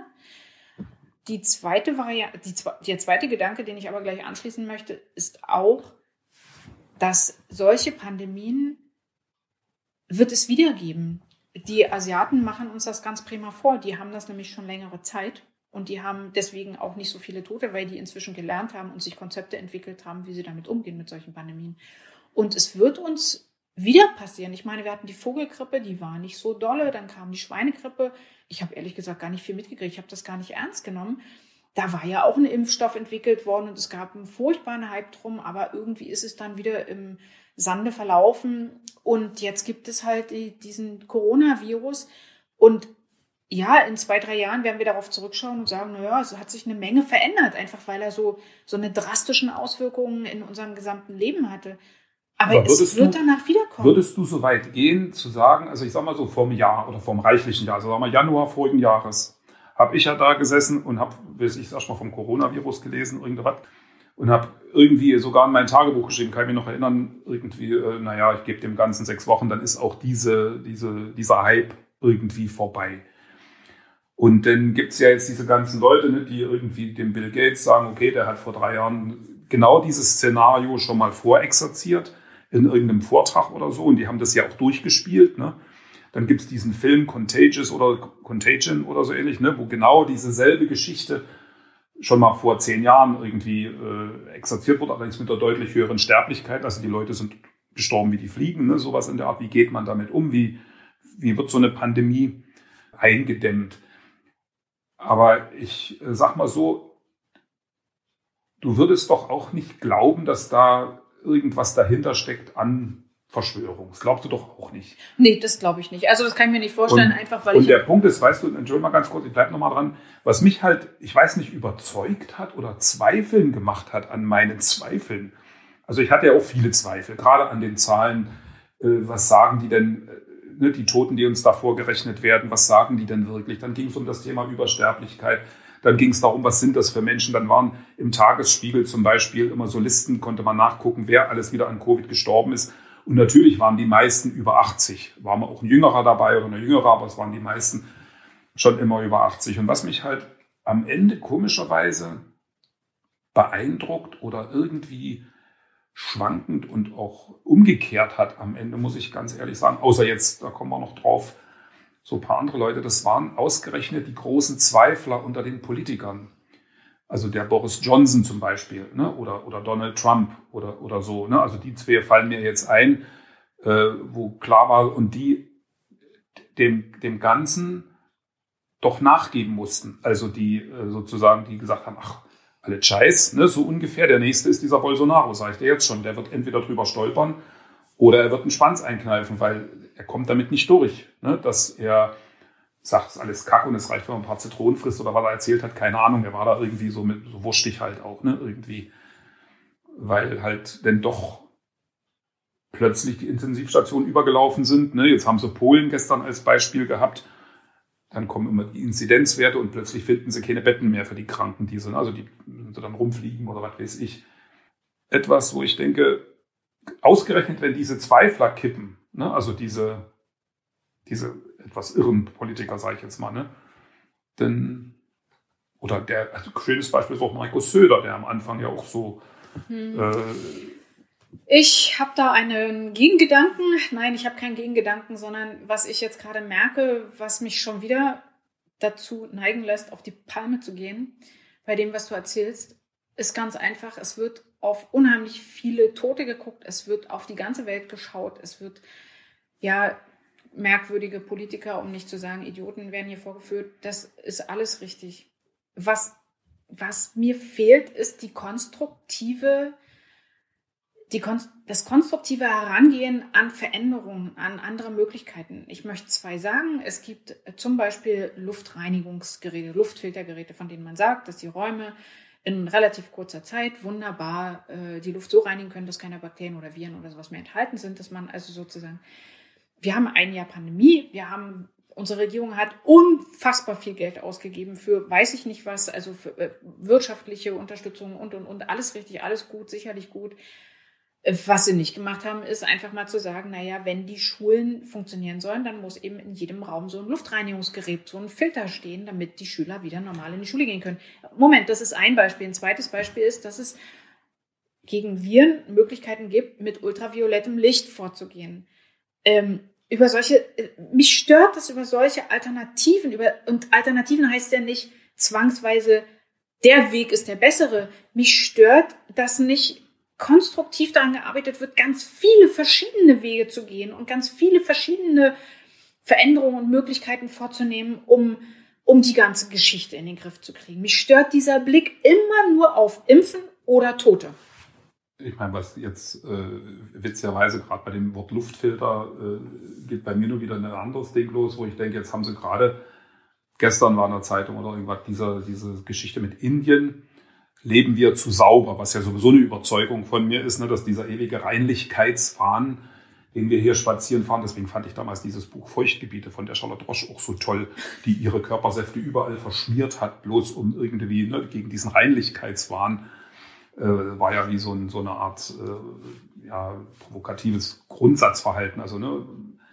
Die zweite Variante, die, der zweite Gedanke, den ich aber gleich anschließen möchte, ist auch, dass solche Pandemien wird es wieder geben. Die Asiaten machen uns das ganz prima vor. Die haben das nämlich schon längere Zeit. Und die haben deswegen auch nicht so viele Tote, weil die inzwischen gelernt haben und sich Konzepte entwickelt haben, wie sie damit umgehen mit solchen Pandemien. Und es wird uns wieder passieren. Ich meine, wir hatten die Vogelgrippe, die war nicht so dolle. Dann kam die Schweinegrippe. Ich habe ehrlich gesagt gar nicht viel mitgekriegt. Ich habe das gar nicht ernst genommen. Da war ja auch ein Impfstoff entwickelt worden und es gab einen furchtbaren Hype drum. Aber irgendwie ist es dann wieder im Sande verlaufen. Und jetzt gibt es halt die, diesen Coronavirus. Und ja, in zwei, drei Jahren werden wir darauf zurückschauen und sagen, naja, es hat sich eine Menge verändert, einfach weil er so, so eine drastischen Auswirkungen in unserem gesamten Leben hatte. Aber, Aber es wird du, danach wiederkommen. Würdest du so weit gehen, zu sagen, also ich sag mal so vor einem Jahr oder vor einem reichlichen Jahr, also sagen wir Januar vorigen Jahres, habe ich ja da gesessen und habe, ich sag mal vom Coronavirus gelesen, irgendwas, und habe irgendwie sogar in mein Tagebuch geschrieben, kann ich mich noch erinnern, irgendwie, äh, naja, ich gebe dem Ganzen sechs Wochen, dann ist auch diese, diese, dieser Hype irgendwie vorbei. Und dann gibt es ja jetzt diese ganzen Leute, ne, die irgendwie dem Bill Gates sagen, okay, der hat vor drei Jahren genau dieses Szenario schon mal vorexerziert in irgendeinem Vortrag oder so und die haben das ja auch durchgespielt. Ne? Dann gibt es diesen Film Contagious oder Contagion oder so ähnlich, ne, wo genau diese selbe Geschichte schon mal vor zehn Jahren irgendwie äh, exerziert wurde, allerdings mit einer deutlich höheren Sterblichkeit. Also die Leute sind gestorben wie die Fliegen, ne? Sowas in der Art. Wie geht man damit um? Wie, wie wird so eine Pandemie eingedämmt? Aber ich äh, sag mal so, du würdest doch auch nicht glauben, dass da irgendwas dahinter steckt an Verschwörung. Das glaubst du doch auch nicht. Nee, das glaube ich nicht. Also das kann ich mir nicht vorstellen, und, einfach weil und ich... Und der Punkt ist, weißt du, Entschuldigung mal ganz kurz, ich bleibe nochmal dran, was mich halt, ich weiß nicht, überzeugt hat oder Zweifeln gemacht hat an meinen Zweifeln. Also ich hatte ja auch viele Zweifel, gerade an den Zahlen. Äh, was sagen die denn, äh, ne, die Toten, die uns da vorgerechnet werden, was sagen die denn wirklich? Dann ging es um das Thema Übersterblichkeit. Dann ging es darum, was sind das für Menschen? Dann waren im Tagesspiegel zum Beispiel immer so Listen, konnte man nachgucken, wer alles wieder an Covid gestorben ist. Und natürlich waren die meisten über achtzig. War mal auch ein Jüngerer dabei oder eine Jüngere, aber es waren die meisten schon immer über achtzig. Und was mich halt am Ende komischerweise beeindruckt oder irgendwie schwankend und auch umgekehrt hat am Ende, muss ich ganz ehrlich sagen, außer jetzt, da kommen wir noch drauf, so ein paar andere Leute, das waren ausgerechnet die großen Zweifler unter den Politikern. Also der Boris Johnson zum Beispiel, ne? oder, oder Donald Trump oder, oder so. Ne? Also die zwei fallen mir jetzt ein, äh, wo klar war, und die dem, dem Ganzen doch nachgeben mussten. Also die äh, sozusagen, die gesagt haben, ach, alle Scheiß, ne? So ungefähr. Der nächste ist dieser Bolsonaro, sage ich dir jetzt schon. Der wird entweder drüber stolpern oder er wird einen Schwanz einkneifen, weil er kommt damit nicht durch. Ne? Dass er sagt, es ist alles Kack und es reicht, wenn man ein paar Zitronen frisst oder was er erzählt hat, keine Ahnung. Er war da irgendwie so mit, so wurstig halt auch, ne, irgendwie. Weil halt denn doch plötzlich die Intensivstationen übergelaufen sind, ne. Jetzt haben sie Polen gestern als Beispiel gehabt. Dann kommen immer die Inzidenzwerte und plötzlich finden sie keine Betten mehr für die Kranken, die sind, also die die dann rumfliegen oder was weiß ich. Etwas, wo ich denke, ausgerechnet, wenn diese Zweifler kippen, ne, also diese, diese etwas irren Politiker, sage ich jetzt mal, ne? Denn, oder der, also schönes Beispiel ist auch Markus Söder, der am Anfang ja auch so. Hm. Äh, ich habe da einen Gegengedanken. Nein, ich habe keinen Gegengedanken, sondern was ich jetzt gerade merke, was mich schon wieder dazu neigen lässt, auf die Palme zu gehen, bei dem, was du erzählst, ist ganz einfach. Es wird auf unheimlich viele Tote geguckt. Es wird auf die ganze Welt geschaut. Es wird, ja, merkwürdige Politiker, um nicht zu sagen Idioten, werden hier vorgeführt. Das ist alles richtig. Was, was mir fehlt, ist die konstruktive, die, das konstruktive Herangehen an Veränderungen, an andere Möglichkeiten. Ich möchte zwei sagen. Es gibt zum Beispiel Luftreinigungsgeräte, Luftfiltergeräte, von denen man sagt, dass die Räume in relativ kurzer Zeit wunderbar äh, die Luft so reinigen können, dass keine Bakterien oder Viren oder sowas mehr enthalten sind, dass man also sozusagen, wir haben ein Jahr Pandemie, wir haben, unsere Regierung hat unfassbar viel Geld ausgegeben für weiß ich nicht was, also für äh, wirtschaftliche Unterstützung und, und, und, alles richtig, alles gut, sicherlich gut. Was sie nicht gemacht haben, ist einfach mal zu sagen, naja, wenn die Schulen funktionieren sollen, dann muss eben in jedem Raum so ein Luftreinigungsgerät, so ein Filter stehen, damit die Schüler wieder normal in die Schule gehen können. Moment, das ist ein Beispiel. Ein zweites Beispiel ist, dass es gegen Viren Möglichkeiten gibt, mit ultraviolettem Licht vorzugehen. Ähm, über solche, mich stört das über solche Alternativen, über, und Alternativen heißt ja nicht zwangsweise, der Weg ist der bessere. Mich stört, dass nicht konstruktiv daran gearbeitet wird, ganz viele verschiedene Wege zu gehen und ganz viele verschiedene Veränderungen und Möglichkeiten vorzunehmen, um, um die ganze Geschichte in den Griff zu kriegen. Mich stört dieser Blick immer nur auf Impfen oder Tote. Ich meine, was jetzt äh, witzigerweise gerade bei dem Wort Luftfilter äh, geht bei mir nur wieder ein anderes Ding los, wo ich denke, jetzt haben sie gerade, gestern war in der Zeitung oder irgendwas, dieser, diese Geschichte mit Indien, leben wir zu sauber, was ja sowieso eine Überzeugung von mir ist, ne, dass dieser ewige Reinlichkeitswahn, den wir hier spazieren fahren, deswegen fand ich damals dieses Buch Feuchtgebiete von der Charlotte Roche auch so toll, die ihre Körpersäfte überall verschmiert hat, bloß um irgendwie, ne, gegen diesen Reinlichkeitswahn, äh, war ja wie so, ein, so eine Art äh, ja, provokatives Grundsatzverhalten, also ne,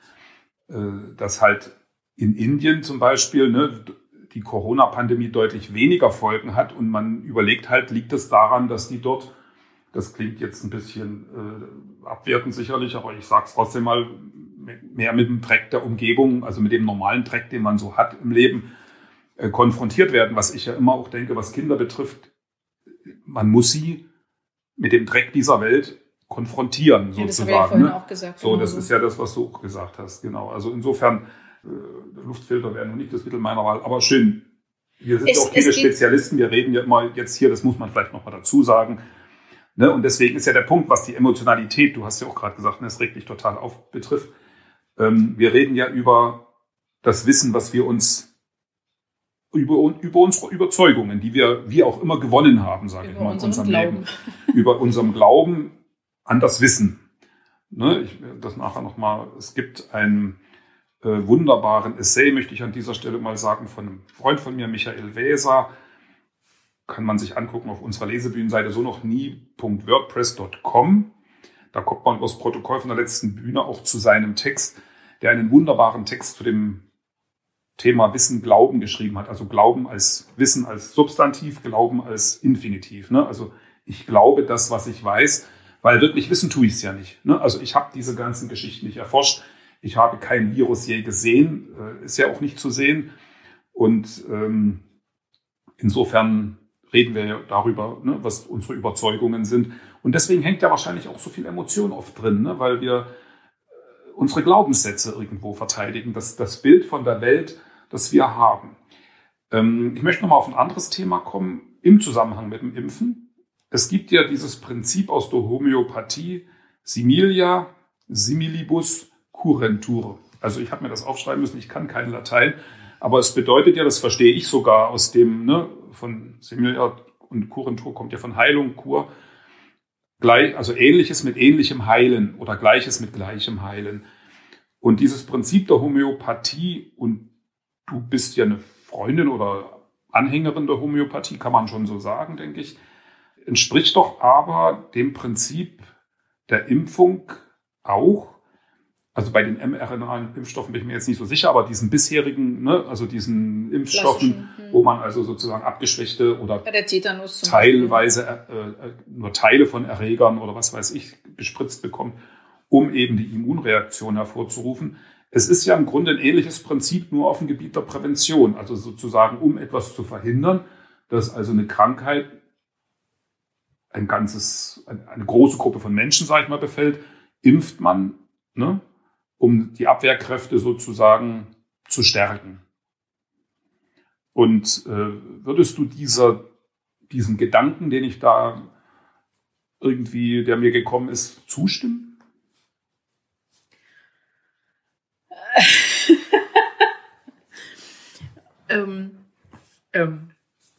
äh, dass halt in Indien zum Beispiel, ne, die Corona-Pandemie deutlich weniger Folgen hat und man überlegt halt, liegt es daran, dass die dort, das klingt jetzt ein bisschen äh, abwertend sicherlich, aber ich sage es trotzdem mal, mehr mit dem Dreck der Umgebung, also mit dem normalen Dreck, den man so hat im Leben, äh, konfrontiert werden, was ich ja immer auch denke, was Kinder betrifft, man muss sie mit dem Dreck dieser Welt konfrontieren, sozusagen. Ja, das habe ich ja vorhin, ne? Auch gesagt. So, das so. Ist ja das, was du auch gesagt hast, genau. Also insofern, äh, Luftfilter wären noch nicht das Mittel meiner Wahl, aber schön. Hier sind ja auch viele Spezialisten, wir reden ja immer jetzt hier, das muss man vielleicht noch mal dazu sagen. Ne? Und deswegen ist ja der Punkt, was die Emotionalität, du hast ja auch gerade gesagt, das regt dich total auf, betrifft. Ähm, wir reden ja über das Wissen, was wir uns, über, über unsere Überzeugungen, die wir wie auch immer gewonnen haben, sage ich mal, in unserem Leben. Über unserem Glauben an das Wissen. Ne? Ich werde das nachher noch mal, es gibt einen äh, wunderbaren Essay, möchte ich an dieser Stelle mal sagen, von einem Freund von mir, Michael Wäser. Kann man sich angucken auf unserer Lesebühnenseite so noch nie punkt wordpress punkt com. Da kommt man über das Protokoll von der letzten Bühne auch zu seinem Text, der einen wunderbaren Text zu dem Thema Wissen, Glauben geschrieben hat. Also Glauben als Wissen als Substantiv, Glauben als Infinitiv. Ne? Also ich glaube das, was ich weiß, weil wirklich wissen tue ich es ja nicht. Ne? Also ich habe diese ganzen Geschichten nicht erforscht. Ich habe kein Virus je gesehen, äh, ist ja auch nicht zu sehen. Und ähm, insofern reden wir ja darüber, ne, was unsere Überzeugungen sind. Und deswegen hängt ja wahrscheinlich auch so viel Emotion oft drin, ne, weil wir unsere Glaubenssätze irgendwo verteidigen, das, das Bild von der Welt, das wir haben. Ähm, ich möchte nochmal auf ein anderes Thema kommen, im Zusammenhang mit dem Impfen. Es gibt ja dieses Prinzip aus der Homöopathie, similia similibus curentur. Also ich habe mir das aufschreiben müssen, ich kann kein Latein, aber es bedeutet ja, das verstehe ich sogar aus dem, ne, von Similia und Curentur kommt ja von Heilung, Kur, gleich, also Ähnliches mit Ähnlichem heilen oder Gleiches mit Gleichem heilen. Und dieses Prinzip der Homöopathie, und du bist ja eine Freundin oder Anhängerin der Homöopathie, kann man schon so sagen, denke ich, entspricht doch aber dem Prinzip der Impfung auch. Also bei den mRNA-Impfstoffen bin ich mir jetzt nicht so sicher, aber diesen bisherigen, ne, also diesen Impfstoffen, hm. wo man also sozusagen abgeschwächte oder bei der Tetanus teilweise äh, nur Teile von Erregern oder was weiß ich bespritzt bekommt, um eben die Immunreaktion hervorzurufen. Es ist ja im Grunde ein ähnliches Prinzip, nur auf dem Gebiet der Prävention, also sozusagen um etwas zu verhindern, dass also eine Krankheit ein ganzes, eine große Gruppe von Menschen, sage ich mal, befällt, impft man, ne, um die Abwehrkräfte sozusagen zu stärken. Und äh, würdest du dieser, diesem Gedanken, den ich da irgendwie, der mir gekommen ist, zustimmen? ähm, ähm.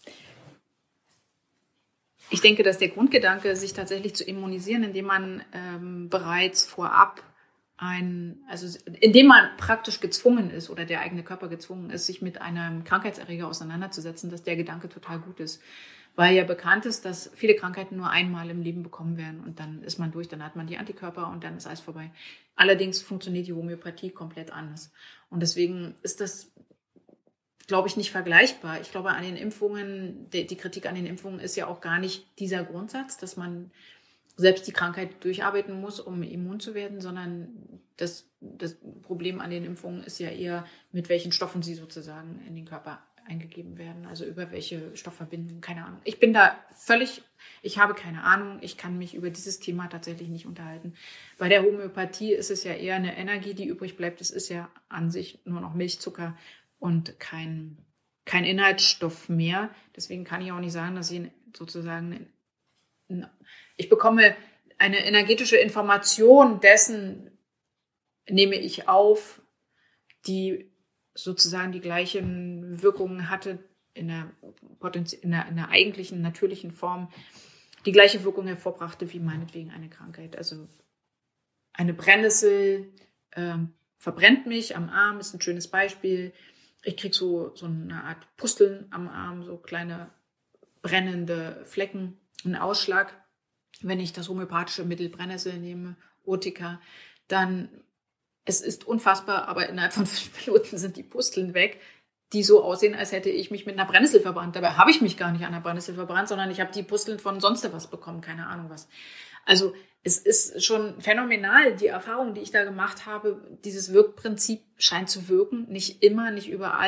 Ich denke, dass der Grundgedanke, sich tatsächlich zu immunisieren, indem man ähm, bereits vorab ein, also indem man praktisch gezwungen ist oder der eigene Körper gezwungen ist, sich mit einem Krankheitserreger auseinanderzusetzen, dass der Gedanke total gut ist. Weil ja bekannt ist, dass viele Krankheiten nur einmal im Leben bekommen werden und dann ist man durch, dann hat man die Antikörper und dann ist alles vorbei. Allerdings funktioniert die Homöopathie komplett anders. Und deswegen ist das, glaube ich, nicht vergleichbar. Ich glaube, an den Impfungen, die, die Kritik an den Impfungen ist ja auch gar nicht dieser Grundsatz, dass man selbst die Krankheit durcharbeiten muss, um immun zu werden, sondern das, das Problem an den Impfungen ist ja eher, mit welchen Stoffen sie sozusagen in den Körper eingegeben werden, also über welche Stoffverbindungen, keine Ahnung. Ich bin da völlig, ich habe keine Ahnung, ich kann mich über dieses Thema tatsächlich nicht unterhalten. Bei der Homöopathie ist es ja eher eine Energie, die übrig bleibt. Es ist ja an sich nur noch Milchzucker und kein, kein Inhaltsstoff mehr. Deswegen kann ich auch nicht sagen, dass ich sozusagen, ich bekomme eine energetische Information dessen, nehme ich auf, die sozusagen die gleichen Wirkungen hatte in der, in der, in der eigentlichen, natürlichen Form, die gleiche Wirkung hervorbrachte wie meinetwegen eine Krankheit. Also eine Brennnessel äh, verbrennt mich am Arm, ist ein schönes Beispiel. Ich kriege so, so eine Art Pusteln am Arm, so kleine brennende Flecken, einen Ausschlag. Wenn ich das homöopathische Mittel Brennnessel nehme, Urtica, dann, es ist unfassbar, aber innerhalb von fünf Minuten sind die Pusteln weg, die so aussehen, als hätte ich mich mit einer Brennnessel verbrannt. Dabei habe ich mich gar nicht an der Brennnessel verbrannt, sondern ich habe die Pusteln von sonst was bekommen, keine Ahnung was. Also es ist schon phänomenal, die Erfahrung, die ich da gemacht habe. Dieses Wirkprinzip scheint zu wirken, nicht immer, nicht überall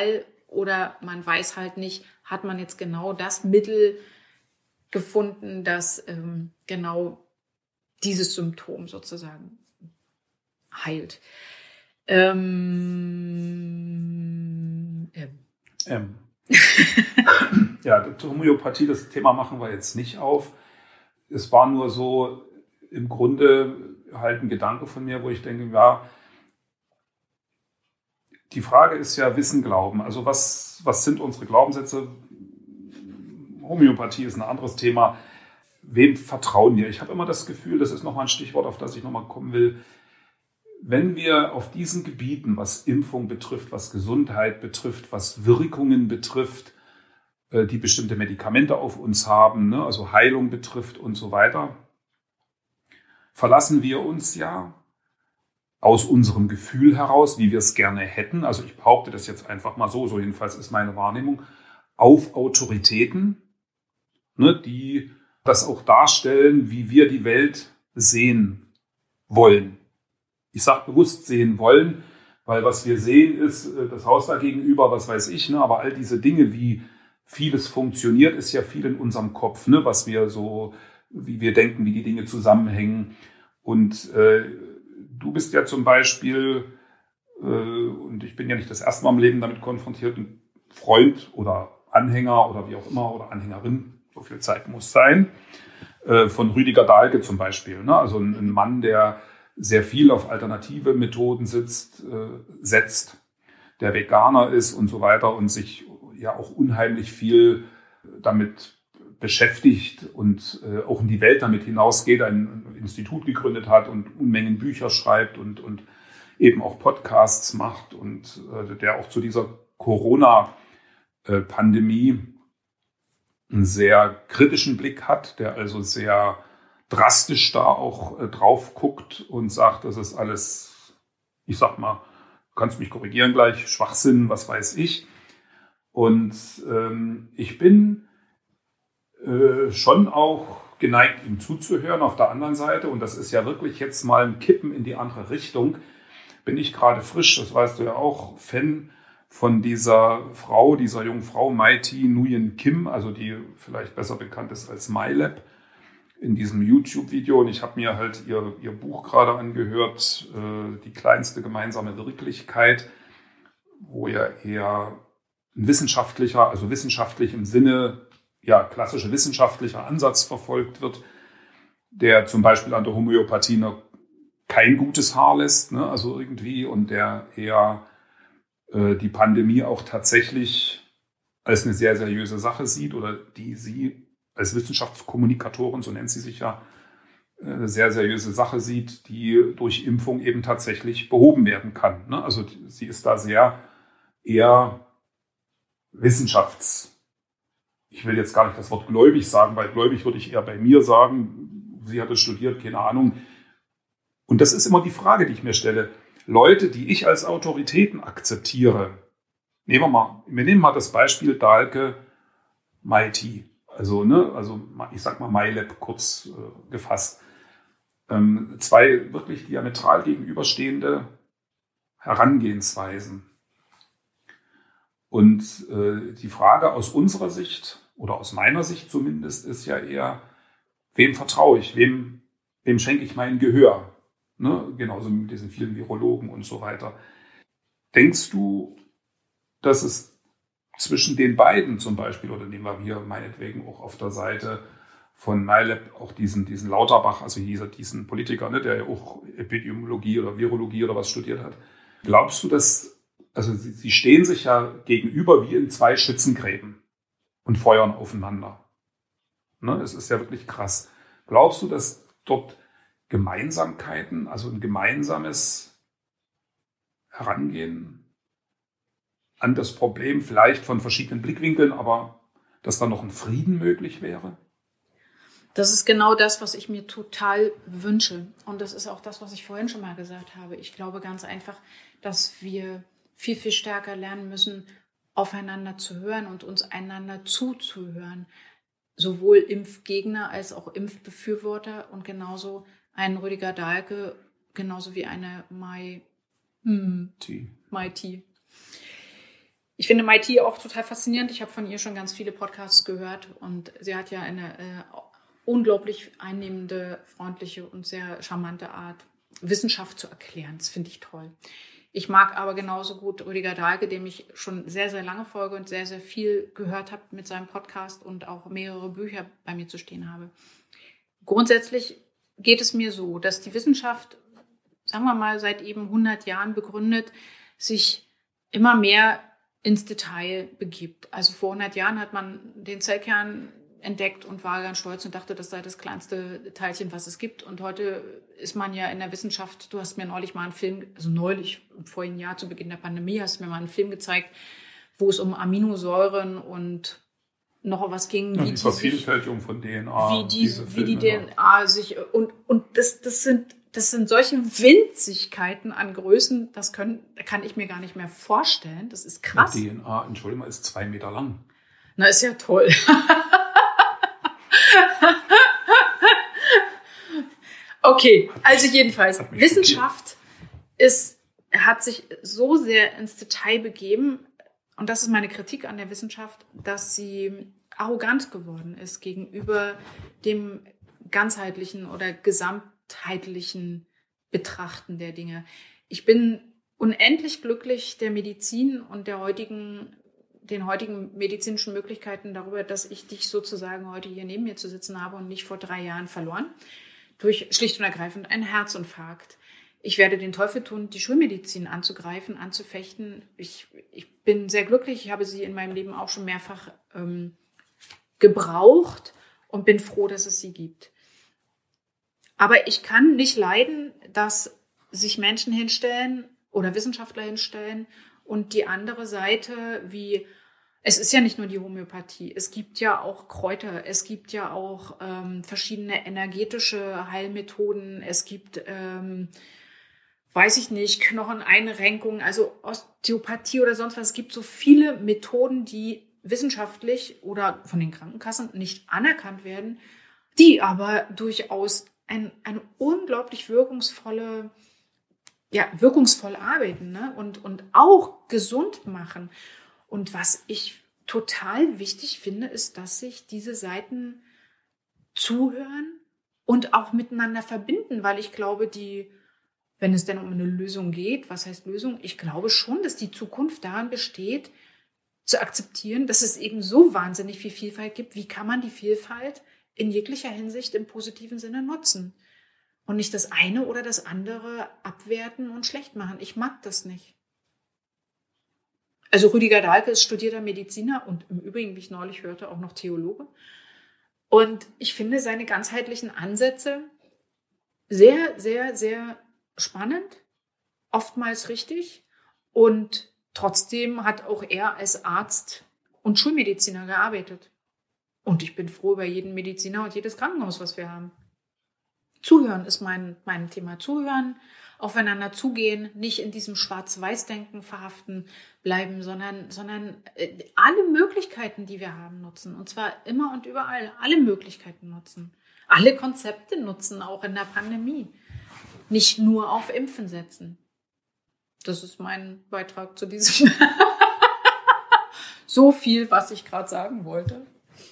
oder man weiß halt nicht, hat man jetzt genau das Mittel gefunden, das ähm, genau dieses Symptom sozusagen heilt. Ähm, ähm. Ähm. Ja, die Homöopathie, das Thema machen wir jetzt nicht auf. Es war nur so im Grunde halt ein Gedanke von mir, wo ich denke, ja, die Frage ist ja Wissen, Glauben. Also was, was sind unsere Glaubenssätze? Homöopathie ist ein anderes Thema. Wem vertrauen wir? Ich habe immer das Gefühl, das ist nochmal ein Stichwort, auf das ich nochmal kommen will. Wenn wir auf diesen Gebieten, was Impfung betrifft, was Gesundheit betrifft, was Wirkungen betrifft, die bestimmte Medikamente auf uns haben, ne, also Heilung betrifft und so weiter, verlassen wir uns ja aus unserem Gefühl heraus, wie wir es gerne hätten, also ich behaupte das jetzt einfach mal so, so jedenfalls ist meine Wahrnehmung, auf Autoritäten, ne, die das auch darstellen, wie wir die Welt sehen wollen. Ich sage bewusst sehen wollen, weil was wir sehen ist das Haus da gegenüber, was weiß ich, ne, aber all diese Dinge, wie vieles funktioniert, ist ja viel in unserem Kopf, ne, was wir so, wie wir denken, wie die Dinge zusammenhängen. Und äh, du bist ja zum Beispiel, äh, und ich bin ja nicht das erste Mal im Leben damit konfrontiert, ein Freund oder Anhänger oder wie auch immer oder Anhängerin, so viel Zeit muss sein, äh, von Rüdiger Dahlke zum Beispiel. Ne? Also ein, ein Mann, der sehr viel auf alternative Methoden sitzt, äh, setzt, der Veganer ist und so weiter und sich ja auch unheimlich viel damit beschäftigt und äh, auch in die Welt damit hinausgeht, ein Institut gegründet hat und Unmengen Bücher schreibt und, und eben auch Podcasts macht und äh, der auch zu dieser Corona-Pandemie einen sehr kritischen Blick hat, der also sehr drastisch da auch äh, drauf guckt und sagt, das ist alles, ich sag mal, du kannst mich korrigieren gleich, Schwachsinn, was weiß ich. Und ähm, ich bin äh, schon auch geneigt, ihm zuzuhören. Auf der anderen Seite, und das ist ja wirklich jetzt mal ein Kippen in die andere Richtung, bin ich gerade frisch, das weißt du ja auch, Fan von dieser Frau, dieser jungen Frau, Mighty Nguyen Kim, also die vielleicht besser bekannt ist als MyLab, in diesem YouTube-Video. Und ich habe mir halt ihr, ihr Buch gerade angehört, äh, Die kleinste gemeinsame Wirklichkeit, wo ja eher ein wissenschaftlicher, also wissenschaftlich im Sinne, ja, klassischer wissenschaftlicher Ansatz verfolgt wird, der zum Beispiel an der Homöopathie noch kein gutes Haar lässt, ne, also irgendwie, und der eher äh, die Pandemie auch tatsächlich als eine sehr seriöse Sache sieht oder die sie als Wissenschaftskommunikatorin, so nennt sie sich ja, eine sehr seriöse Sache sieht, die durch Impfung eben tatsächlich behoben werden kann, ne? Also sie ist da sehr eher Wissenschafts, ich will jetzt gar nicht das Wort gläubig sagen, weil gläubig würde ich eher bei mir sagen, sie hat es studiert, keine Ahnung. Und das ist immer die Frage, die ich mir stelle. Leute, die ich als Autoritäten akzeptiere, nehmen wir mal, wir nehmen mal das Beispiel Dahlke, Mighty, also, ne, also ich sag mal MyLab kurz äh, gefasst. Ähm, zwei wirklich diametral gegenüberstehende Herangehensweisen. Und äh, die Frage aus unserer Sicht, oder aus meiner Sicht zumindest, ist ja eher, wem vertraue ich, wem, wem schenke ich mein Gehör? Ne? Genauso mit diesen vielen Virologen und so weiter. Denkst du, dass es zwischen den beiden zum Beispiel, oder nehmen wir hier meinetwegen auch auf der Seite von MyLab auch diesen, diesen Lauterbach, also dieser, diesen Politiker, ne, der ja auch Epidemiologie oder Virologie oder was studiert hat. Glaubst du, dass, also sie, sie stehen sich ja gegenüber wie in zwei Schützengräben und feuern aufeinander. Ne, es ist ja wirklich krass. Glaubst du, dass dort Gemeinsamkeiten, also ein gemeinsames Herangehen an das Problem, vielleicht von verschiedenen Blickwinkeln, aber dass da noch ein Frieden möglich wäre? Das ist genau das, was ich mir total wünsche. Und das ist auch das, was ich vorhin schon mal gesagt habe. Ich glaube ganz einfach, dass wir viel, viel stärker lernen müssen, aufeinander zu hören und uns einander zuzuhören. Sowohl Impfgegner als auch Impfbefürworter und genauso ein Rüdiger Dahlke, genauso wie eine Mai, hm, Mighty. Ich finde Maiti auch total faszinierend. Ich habe von ihr schon ganz viele Podcasts gehört und sie hat ja eine äh, unglaublich einnehmende, freundliche und sehr charmante Art, Wissenschaft zu erklären. Das finde ich toll. Ich mag aber genauso gut Rüdiger Dahlke, dem ich schon sehr, sehr lange folge und sehr, sehr viel gehört habe mit seinem Podcast und auch mehrere Bücher bei mir zu stehen habe. Grundsätzlich geht es mir so, dass die Wissenschaft, sagen wir mal, seit eben hundert Jahren begründet, sich immer mehr ins Detail begibt. Also vor hundert Jahren hat man den Zellkern entdeckt und war ganz stolz und dachte, das sei das kleinste Teilchen, was es gibt. Und heute ist man ja in der Wissenschaft, du hast mir neulich mal einen Film, also neulich, vor einem Jahr zu Beginn der Pandemie, hast du mir mal einen Film gezeigt, wo es um Aminosäuren und noch was ging. Ja, wie die Vervielfältigung von D N A. Wie die, diese wie die D N A sich, und, und das, das sind, das sind solche Winzigkeiten an Größen, das können, kann ich mir gar nicht mehr vorstellen. Das ist krass. Die D N A, Entschuldigung, ist zwei Meter lang. Na, ist ja toll. Okay, also jedenfalls, Wissenschaft ist, hat sich so sehr ins Detail begeben, und das ist meine Kritik an der Wissenschaft, dass sie arrogant geworden ist gegenüber dem ganzheitlichen oder gesamtheitlichen Betrachten der Dinge. Ich bin unendlich glücklich der Medizin und der heutigen, den heutigen medizinischen Möglichkeiten darüber, dass ich dich sozusagen heute hier neben mir zu sitzen habe und nicht vor drei Jahren verloren. Durch schlicht und ergreifend einen Herzinfarkt. Ich werde den Teufel tun, die Schulmedizin anzugreifen, anzufechten. Ich, ich bin sehr glücklich. Ich habe sie in meinem Leben auch schon mehrfach ähm, gebraucht und bin froh, dass es sie gibt. Aber ich kann nicht leiden, dass sich Menschen hinstellen oder Wissenschaftler hinstellen und die andere Seite, wie es ist ja nicht nur die Homöopathie, es gibt ja auch Kräuter, es gibt ja auch ähm, verschiedene energetische Heilmethoden, es gibt, ähm, weiß ich nicht, Knocheneinrenkungen, also Osteopathie oder sonst was. Es gibt so viele Methoden, die wissenschaftlich oder von den Krankenkassen nicht anerkannt werden, die aber durchaus ein, eine unglaublich wirkungsvolle, ja, wirkungsvoll arbeiten, ne? und, und auch gesund machen. Und was ich total wichtig finde, ist, dass sich diese Seiten zuhören und auch miteinander verbinden, weil ich glaube, die, wenn es denn um eine Lösung geht, was heißt Lösung? Ich glaube schon, dass die Zukunft darin besteht, zu akzeptieren, dass es eben so wahnsinnig viel Vielfalt gibt. Wie kann man die Vielfalt in jeglicher Hinsicht im positiven Sinne nutzen? Und nicht das eine oder das andere abwerten und schlecht machen. Ich mag das nicht. Also Rüdiger Dahlke ist studierter Mediziner und im Übrigen, wie ich neulich hörte, auch noch Theologe. Und ich finde seine ganzheitlichen Ansätze sehr, sehr, sehr spannend, oftmals richtig. Und trotzdem hat auch er als Arzt und Schulmediziner gearbeitet. Und ich bin froh über jeden Mediziner und jedes Krankenhaus, was wir haben. Zuhören ist mein, mein Thema. Zuhören, aufeinander zugehen, nicht in diesem Schwarz-Weiß-Denken verhaften bleiben, sondern, sondern alle Möglichkeiten, die wir haben, nutzen. Und zwar immer und überall. Alle Möglichkeiten nutzen. Alle Konzepte nutzen, auch in der Pandemie. Nicht nur auf Impfen setzen. Das ist mein Beitrag zu diesem. So viel, was ich gerade sagen wollte.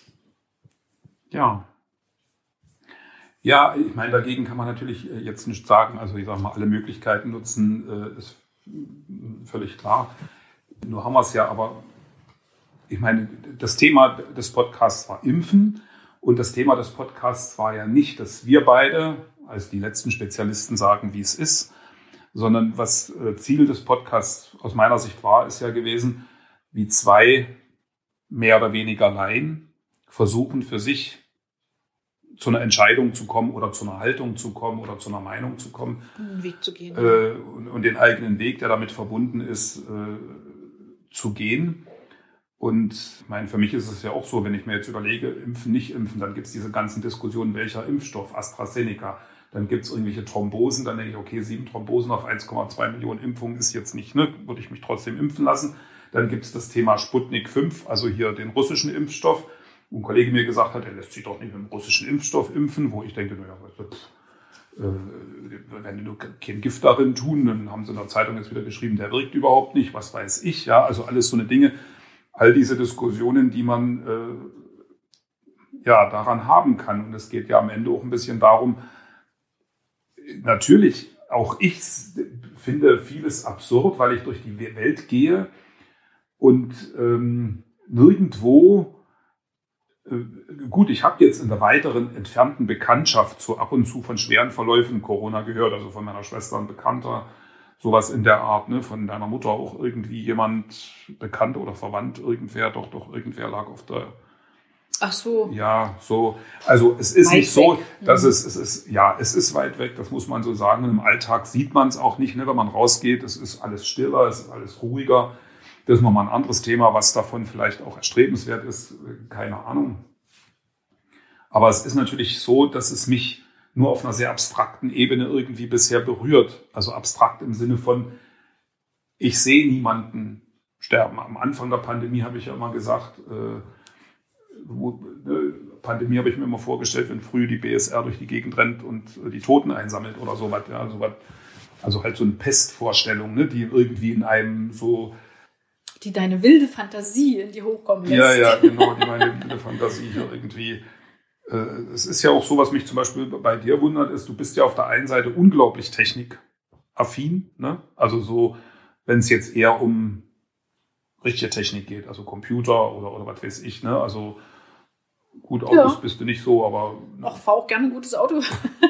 Ja. Ja, ich meine, dagegen kann man natürlich jetzt nicht sagen, also ich sage mal, alle Möglichkeiten nutzen, ist völlig klar. Nur haben wir es ja, aber ich meine, das Thema des Podcasts war Impfen und das Thema des Podcasts war ja nicht, dass wir beide als die letzten Spezialisten sagen, wie es ist, sondern was Ziel des Podcasts aus meiner Sicht war, ist ja gewesen, wie zwei mehr oder weniger Laien versuchen für sich zu einer Entscheidung zu kommen oder zu einer Haltung zu kommen oder zu einer Meinung zu kommen. Einen Weg zu gehen. Äh, und, und den eigenen Weg, der damit verbunden ist, äh, zu gehen. Und ich meine, für mich ist es ja auch so, wenn ich mir jetzt überlege, impfen, nicht impfen, dann gibt es diese ganzen Diskussionen, welcher Impfstoff, AstraZeneca, dann gibt es irgendwelche Thrombosen, dann denke ich, okay, sieben Thrombosen auf eins Komma zwei Millionen Impfungen ist jetzt nicht, ne, würde ich mich trotzdem impfen lassen. Dann gibt es das Thema Sputnik fünf, also hier den russischen Impfstoff, wo ein Kollege mir gesagt hat, er lässt sich doch nicht mit dem russischen Impfstoff impfen, wo ich denke, naja, äh, wenn du kein Gift darin tun, dann haben sie in der Zeitung jetzt wieder geschrieben, der wirkt überhaupt nicht, was weiß ich, ja, also alles so eine Dinge, all diese Diskussionen, die man äh, ja daran haben kann. Und es geht ja am Ende auch ein bisschen darum, natürlich, auch ich finde vieles absurd, weil ich durch die Welt gehe und ähm, nirgendwo, äh, gut, ich habe jetzt in der weiteren entfernten Bekanntschaft so ab und zu von schweren Verläufen Corona gehört, also von meiner Schwester ein Bekannter, sowas in der Art, ne, von deiner Mutter auch irgendwie jemand bekannt oder verwandt, irgendwer, doch, doch, irgendwer lag auf der... Ach so. Ja, so. Also es ist weit nicht so, weg. dass es, es ist, ja, es ist weit weg, das muss man so sagen. Und im Alltag sieht man es auch nicht, ne, wenn man rausgeht. Es ist alles stiller, es ist alles ruhiger. Das ist nochmal ein anderes Thema, was davon vielleicht auch erstrebenswert ist. Keine Ahnung. Aber es ist natürlich so, dass es mich nur auf einer sehr abstrakten Ebene irgendwie bisher berührt. Also abstrakt im Sinne von, ich sehe niemanden sterben. Am Anfang der Pandemie habe ich ja immer gesagt, äh, Wo, ne, Pandemie habe ich mir immer vorgestellt, wenn früh die B S R durch die Gegend rennt und äh, die Toten einsammelt oder sowas. Ja, sowas. Also halt so eine Pestvorstellung, ne, die irgendwie in einem so... Die deine wilde Fantasie in die hochkommen lässt. Ja, ja, genau, die meine wilde Fantasie hier irgendwie... Äh, es ist ja auch so, was mich zum Beispiel bei dir wundert, ist, du bist ja auf der einen Seite unglaublich technikaffin, ne? Also so, wenn es jetzt eher um richtige Technik geht, also Computer oder, oder was weiß ich, ne? Also gut, Autos ja. Bist du nicht so, aber... Ach, fahr auch gerne ein gutes Auto.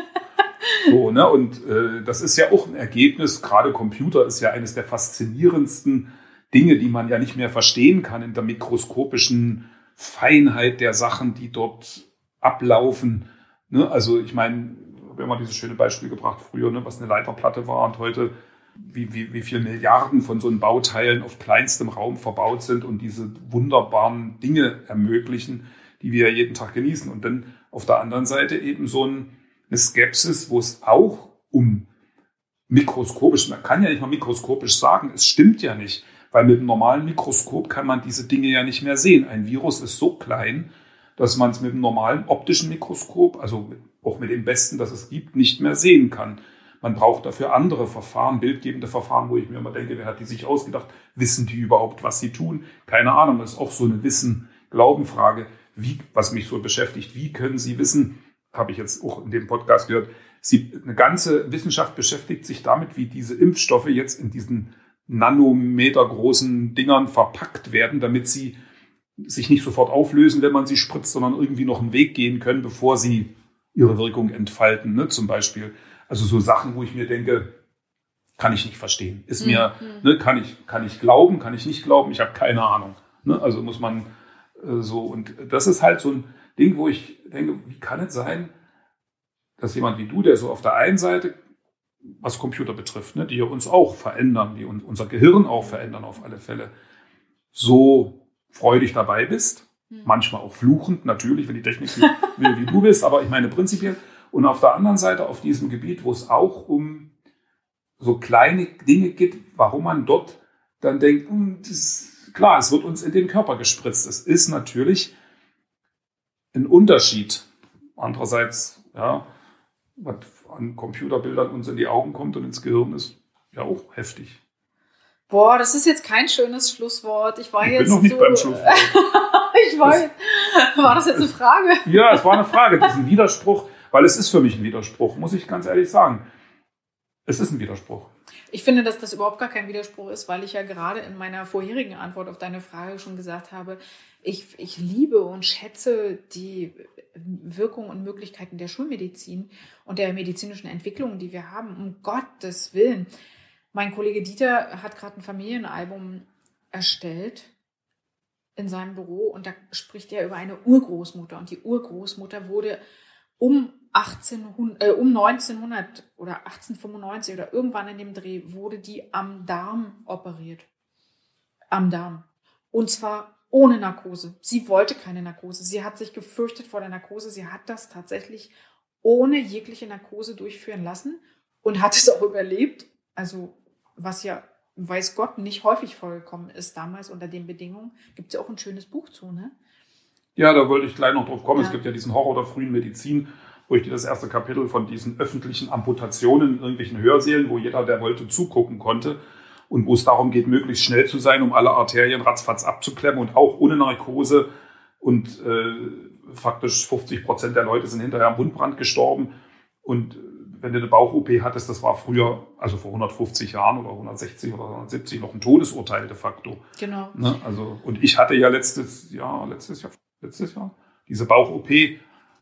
So, ne? Und äh, das ist ja auch ein Ergebnis, gerade Computer ist ja eines der faszinierendsten Dinge, die man ja nicht mehr verstehen kann in der mikroskopischen Feinheit der Sachen, die dort ablaufen. Ne? Also ich meine, ich habe immer dieses schöne Beispiel gebracht früher, ne? Was eine Leiterplatte war und heute... Wie, wie, wie viele Milliarden von so einen Bauteilen auf kleinstem Raum verbaut sind und diese wunderbaren Dinge ermöglichen, die wir jeden Tag genießen. Und dann auf der anderen Seite eben so ein, eine Skepsis, wo es auch um mikroskopisch, man kann ja nicht mal mikroskopisch sagen, es stimmt ja nicht, weil mit einem normalen Mikroskop kann man diese Dinge ja nicht mehr sehen. Ein Virus ist so klein, dass man es mit einem normalen optischen Mikroskop, also auch mit dem besten, das es gibt, nicht mehr sehen kann. Man braucht dafür andere Verfahren, bildgebende Verfahren, wo ich mir immer denke, wer hat die sich ausgedacht? Wissen die überhaupt, was sie tun? Keine Ahnung, das ist auch so eine Wissen-Glauben-Frage, wie, was mich so beschäftigt. Wie können Sie wissen, habe ich jetzt auch in dem Podcast gehört, sie, eine ganze Wissenschaft beschäftigt sich damit, wie diese Impfstoffe jetzt in diesen nanometergroßen Dingern verpackt werden, damit sie sich nicht sofort auflösen, wenn man sie spritzt, sondern irgendwie noch einen Weg gehen können, bevor sie ihre Wirkung entfalten, ne, zum Beispiel. Also so Sachen, wo ich mir denke, kann ich nicht verstehen. Ist mir, mhm. ne, kann ich, kann ich glauben, kann ich nicht glauben, ich habe keine Ahnung. Ne? Also muss man äh, so, und das ist halt so ein Ding, wo ich denke, wie kann es sein, dass jemand wie du, der so auf der einen Seite, was Computer betrifft, ne, die ja uns auch verändern, die uns, unser Gehirn auch verändern auf alle Fälle, so freudig dabei bist, mhm. manchmal auch fluchend, natürlich, wenn die Technik will, wie du bist, aber ich meine prinzipiell. Und auf der anderen Seite auf diesem Gebiet, wo es auch um so kleine Dinge geht, warum man dort dann denkt, das ist klar, es wird uns in den Körper gespritzt. Es ist natürlich ein Unterschied. Andererseits, ja, was an Computerbildern uns in die Augen kommt und ins Gehirn ist ja auch heftig. Boah, das ist jetzt kein schönes Schlusswort. Ich war ich jetzt bin noch nicht so beim Schlusswort. ich war, das, jetzt, war das jetzt eine Frage? Ja, es war eine Frage. Das ist ein Widerspruch. Weil es ist für mich ein Widerspruch, muss ich ganz ehrlich sagen. Es ist ein Widerspruch. Ich finde, dass das überhaupt gar kein Widerspruch ist, weil ich ja gerade in meiner vorherigen Antwort auf deine Frage schon gesagt habe, ich, ich liebe und schätze die Wirkung und Möglichkeiten der Schulmedizin und der medizinischen Entwicklungen, die wir haben. Um Gottes Willen. Mein Kollege Dieter hat gerade ein Familienalbum erstellt in seinem Büro und da spricht er über eine Urgroßmutter. Und die Urgroßmutter wurde um achtzehnhundert, äh, um neunzehnhundert oder achtzehnhundertfünfundneunzig oder irgendwann in dem Dreh wurde die am Darm operiert. Am Darm. Und zwar ohne Narkose. Sie wollte keine Narkose. Sie hat sich gefürchtet vor der Narkose. Sie hat das tatsächlich ohne jegliche Narkose durchführen lassen und hat es auch überlebt. Also was ja, weiß Gott, nicht häufig vorgekommen ist damals unter den Bedingungen. Gibt es ja auch ein schönes Buch zu, ne? Ja, da wollte ich gleich noch drauf kommen. Ja. Es gibt ja diesen Horror der frühen Medizin, wo ich dir das erste Kapitel von diesen öffentlichen Amputationen in irgendwelchen Hörsälen, wo jeder, der wollte, zugucken konnte und wo es darum geht, möglichst schnell zu sein, um alle Arterien ratzfatz abzuklemmen und auch ohne Narkose. Und äh, faktisch fünfzig Prozent der Leute sind hinterher am Wundbrand gestorben. Und wenn du eine Bauch-O P hattest, das war früher, also vor hundertfünfzig Jahren oder hundertsechzig oder hundertsiebzig, noch ein Todesurteil de facto. Genau. Ne? Also, und ich hatte ja letztes Jahr, letztes Jahr, letztes Jahr diese Bauch-O P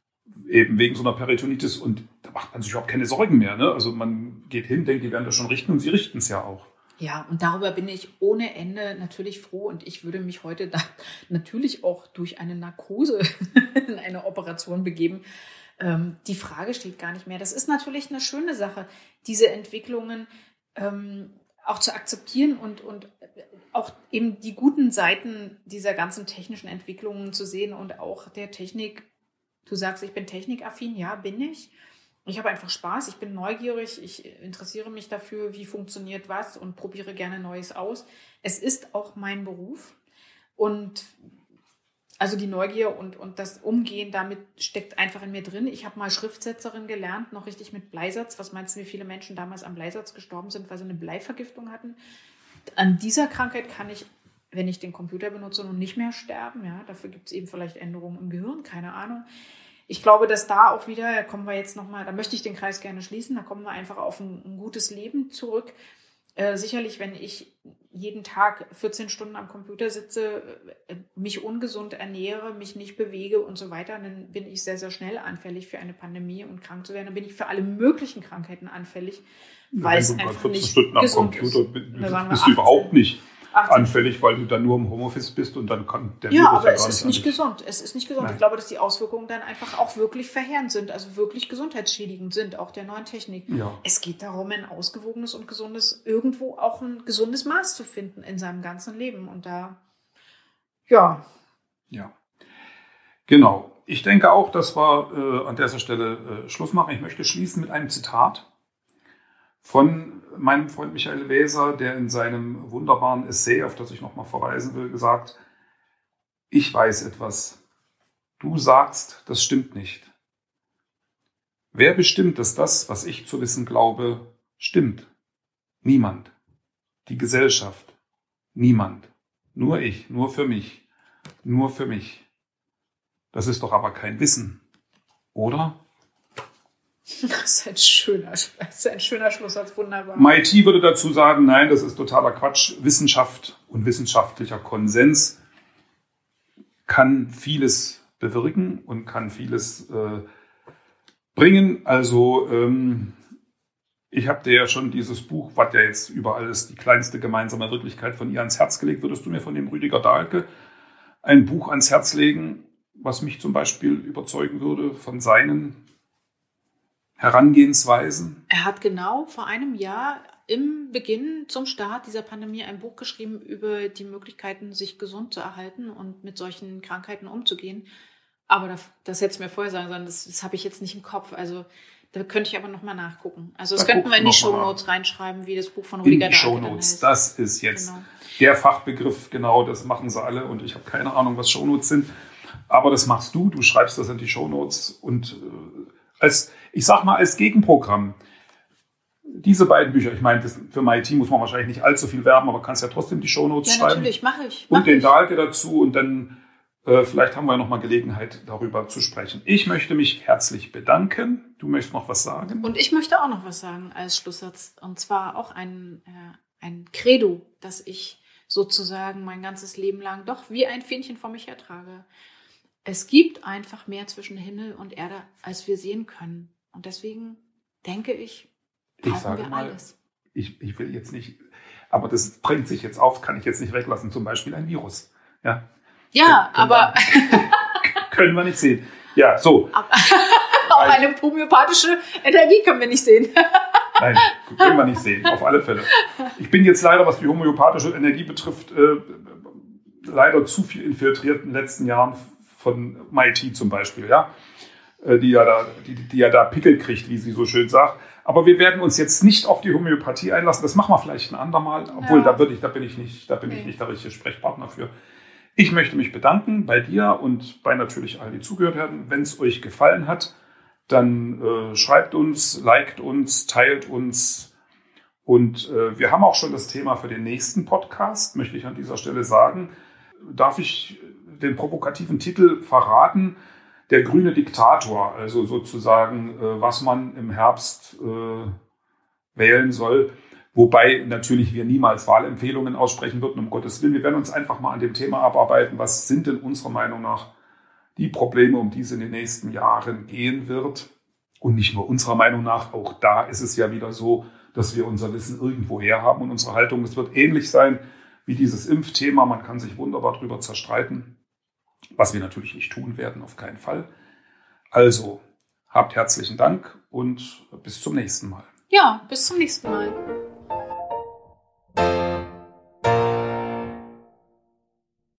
eben wegen so einer Peritonitis und da macht man sich überhaupt keine Sorgen mehr. Ne? Also man geht hin, denkt, die werden das schon richten und sie richten es ja auch. Ja, und darüber bin ich ohne Ende natürlich froh und ich würde mich heute da natürlich auch durch eine Narkose in eine Operation begeben. Ähm, die Frage steht gar nicht mehr. Das ist natürlich eine schöne Sache, diese Entwicklungen ähm, auch zu akzeptieren und, und auch eben die guten Seiten dieser ganzen technischen Entwicklungen zu sehen und auch der Technik. Du sagst, ich bin technikaffin, ja, bin ich. Ich habe einfach Spaß, ich bin neugierig, ich interessiere mich dafür, wie funktioniert was und probiere gerne Neues aus. Es ist auch mein Beruf und also die Neugier und, und das Umgehen damit steckt einfach in mir drin. Ich habe mal Schriftsetzerin gelernt, noch richtig mit Bleisatz. Was meinst du, wie viele Menschen damals am Bleisatz gestorben sind, weil sie eine Bleivergiftung hatten? An dieser Krankheit kann ich, wenn ich den Computer benutze, nun nicht mehr sterben. Ja, dafür gibt es eben vielleicht Änderungen im Gehirn, keine Ahnung. Ich glaube, dass da auch wieder, da kommen wir jetzt nochmal, da möchte ich den Kreis gerne schließen, da kommen wir einfach auf ein, ein gutes Leben zurück. Äh, sicherlich, wenn ich jeden Tag vierzehn Stunden am Computer sitze, äh, mich ungesund ernähre, mich nicht bewege und so weiter, dann bin ich sehr, sehr schnell anfällig für eine Pandemie und krank zu werden. Dann bin ich für alle möglichen Krankheiten anfällig, weil ja, es einfach einfach nicht Stunden gesund am Computer ist. bist, bist du überhaupt nicht achtzehn anfällig, weil du dann nur im Homeoffice bist und dann kann der ja, Virus aber ja es gar ist nicht nicht gesund. Es ist nicht gesund. Nein. Ich glaube, dass die Auswirkungen dann einfach auch wirklich verheerend sind, also wirklich gesundheitsschädigend sind, auch der neuen Technik. Ja. Es geht darum, ein ausgewogenes und gesundes, irgendwo auch ein gesundes Maß zu finden in seinem ganzen Leben. Und da, ja. Ja, genau. Ich denke auch, dass wir äh, an dieser Stelle äh, Schluss machen. Ich möchte schließen mit einem Zitat von meinem Freund Michael Weser, der in seinem wunderbaren Essay, auf das ich nochmal verweisen will, gesagt: Ich weiß etwas. Du sagst, das stimmt nicht. Wer bestimmt, dass das, was ich zu wissen glaube, stimmt? Niemand. Die Gesellschaft. Niemand. Nur ich, nur für mich. Nur für mich. Das ist doch aber kein Wissen, oder? Das ist ein schöner, das ist ein schöner Schlusssatz, wunderbar. M I T würde dazu sagen, nein, das ist totaler Quatsch. Wissenschaft und wissenschaftlicher Konsens kann vieles bewirken und kann vieles äh, bringen. Also ähm, ich habe dir ja schon dieses Buch, was ja jetzt überall ist, die kleinste gemeinsame Wirklichkeit, von ihr ans Herz gelegt. Würdest du mir von dem Rüdiger Dahlke ein Buch ans Herz legen, was mich zum Beispiel überzeugen würde von seinen Herangehensweisen? Er hat genau vor einem Jahr im Beginn zum Start dieser Pandemie ein Buch geschrieben über die Möglichkeiten, sich gesund zu erhalten und mit solchen Krankheiten umzugehen. Aber das, das hätte es mir vorher sagen sollen, das, das habe ich jetzt nicht im Kopf. Also da könnte ich aber nochmal nachgucken. Also das da könnten wir in die Shownotes reinschreiben, wie das Buch von Rüdiger Dahlke In die Shownotes, das ist jetzt genau der Fachbegriff, genau, das machen sie alle und ich habe keine Ahnung, was Shownotes sind. Aber das machst du, du schreibst das in die Shownotes und äh, als, ich sag mal, als Gegenprogramm, diese beiden Bücher, ich meine, das, für M I T muss man wahrscheinlich nicht allzu viel werben, aber kannst ja trotzdem die Shownotes ja, schreiben. Ja, natürlich, mache ich. Mach und den ich. Dahlke dazu und dann äh, vielleicht haben wir ja noch mal Gelegenheit, darüber zu sprechen. Ich möchte mich herzlich bedanken. Du möchtest noch was sagen? Und ich möchte auch noch was sagen als Schlusssatz. Und zwar auch ein, äh, ein Credo, das ich sozusagen mein ganzes Leben lang doch wie ein Fähnchen vor mich hertrage. Es gibt einfach mehr zwischen Himmel und Erde, als wir sehen können. Und deswegen denke ich, brauchen ich sage wir mal, alles. Ich, ich will jetzt nicht, aber das drängt sich jetzt auf, kann ich jetzt nicht weglassen, zum Beispiel ein Virus. Ja, ja können, aber... Wir, können wir nicht sehen. Ja, so. Auch eine homöopathische Energie können wir nicht sehen. Nein, können wir nicht sehen, auf alle Fälle. Ich bin jetzt leider, was die homöopathische Energie betrifft, äh, leider zu viel infiltriert in den letzten Jahren von M I T zum Beispiel, ja, die ja da, die, die ja da Pickel kriegt, wie sie so schön sagt. Aber wir werden uns jetzt nicht auf die Homöopathie einlassen. Das machen wir vielleicht ein andermal, obwohl ja. da, bin ich, da bin ich nicht, da bin nee. ich nicht der richtige Sprechpartner für. Ich möchte mich bedanken bei dir und bei natürlich all die zugehört haben. Wenn es euch gefallen hat, dann äh, schreibt uns, liked uns, teilt uns. Und äh, wir haben auch schon das Thema für den nächsten Podcast, möchte ich an dieser Stelle sagen. Darf ich den provokativen Titel verraten? Der grüne Diktator, also sozusagen, äh, was man im Herbst äh, wählen soll. Wobei natürlich wir niemals Wahlempfehlungen aussprechen würden, um Gottes Willen. Wir werden uns einfach mal an dem Thema abarbeiten, was sind denn unserer Meinung nach die Probleme, um die es in den nächsten Jahren gehen wird. Und nicht nur unserer Meinung nach, auch da ist es ja wieder so, dass wir unser Wissen irgendwo her haben und unsere Haltung. Es wird ähnlich sein wie dieses Impfthema. Man kann sich wunderbar darüber zerstreiten, was wir natürlich nicht tun werden, auf keinen Fall. Also, habt herzlichen Dank und bis zum nächsten Mal. Ja, bis zum nächsten Mal.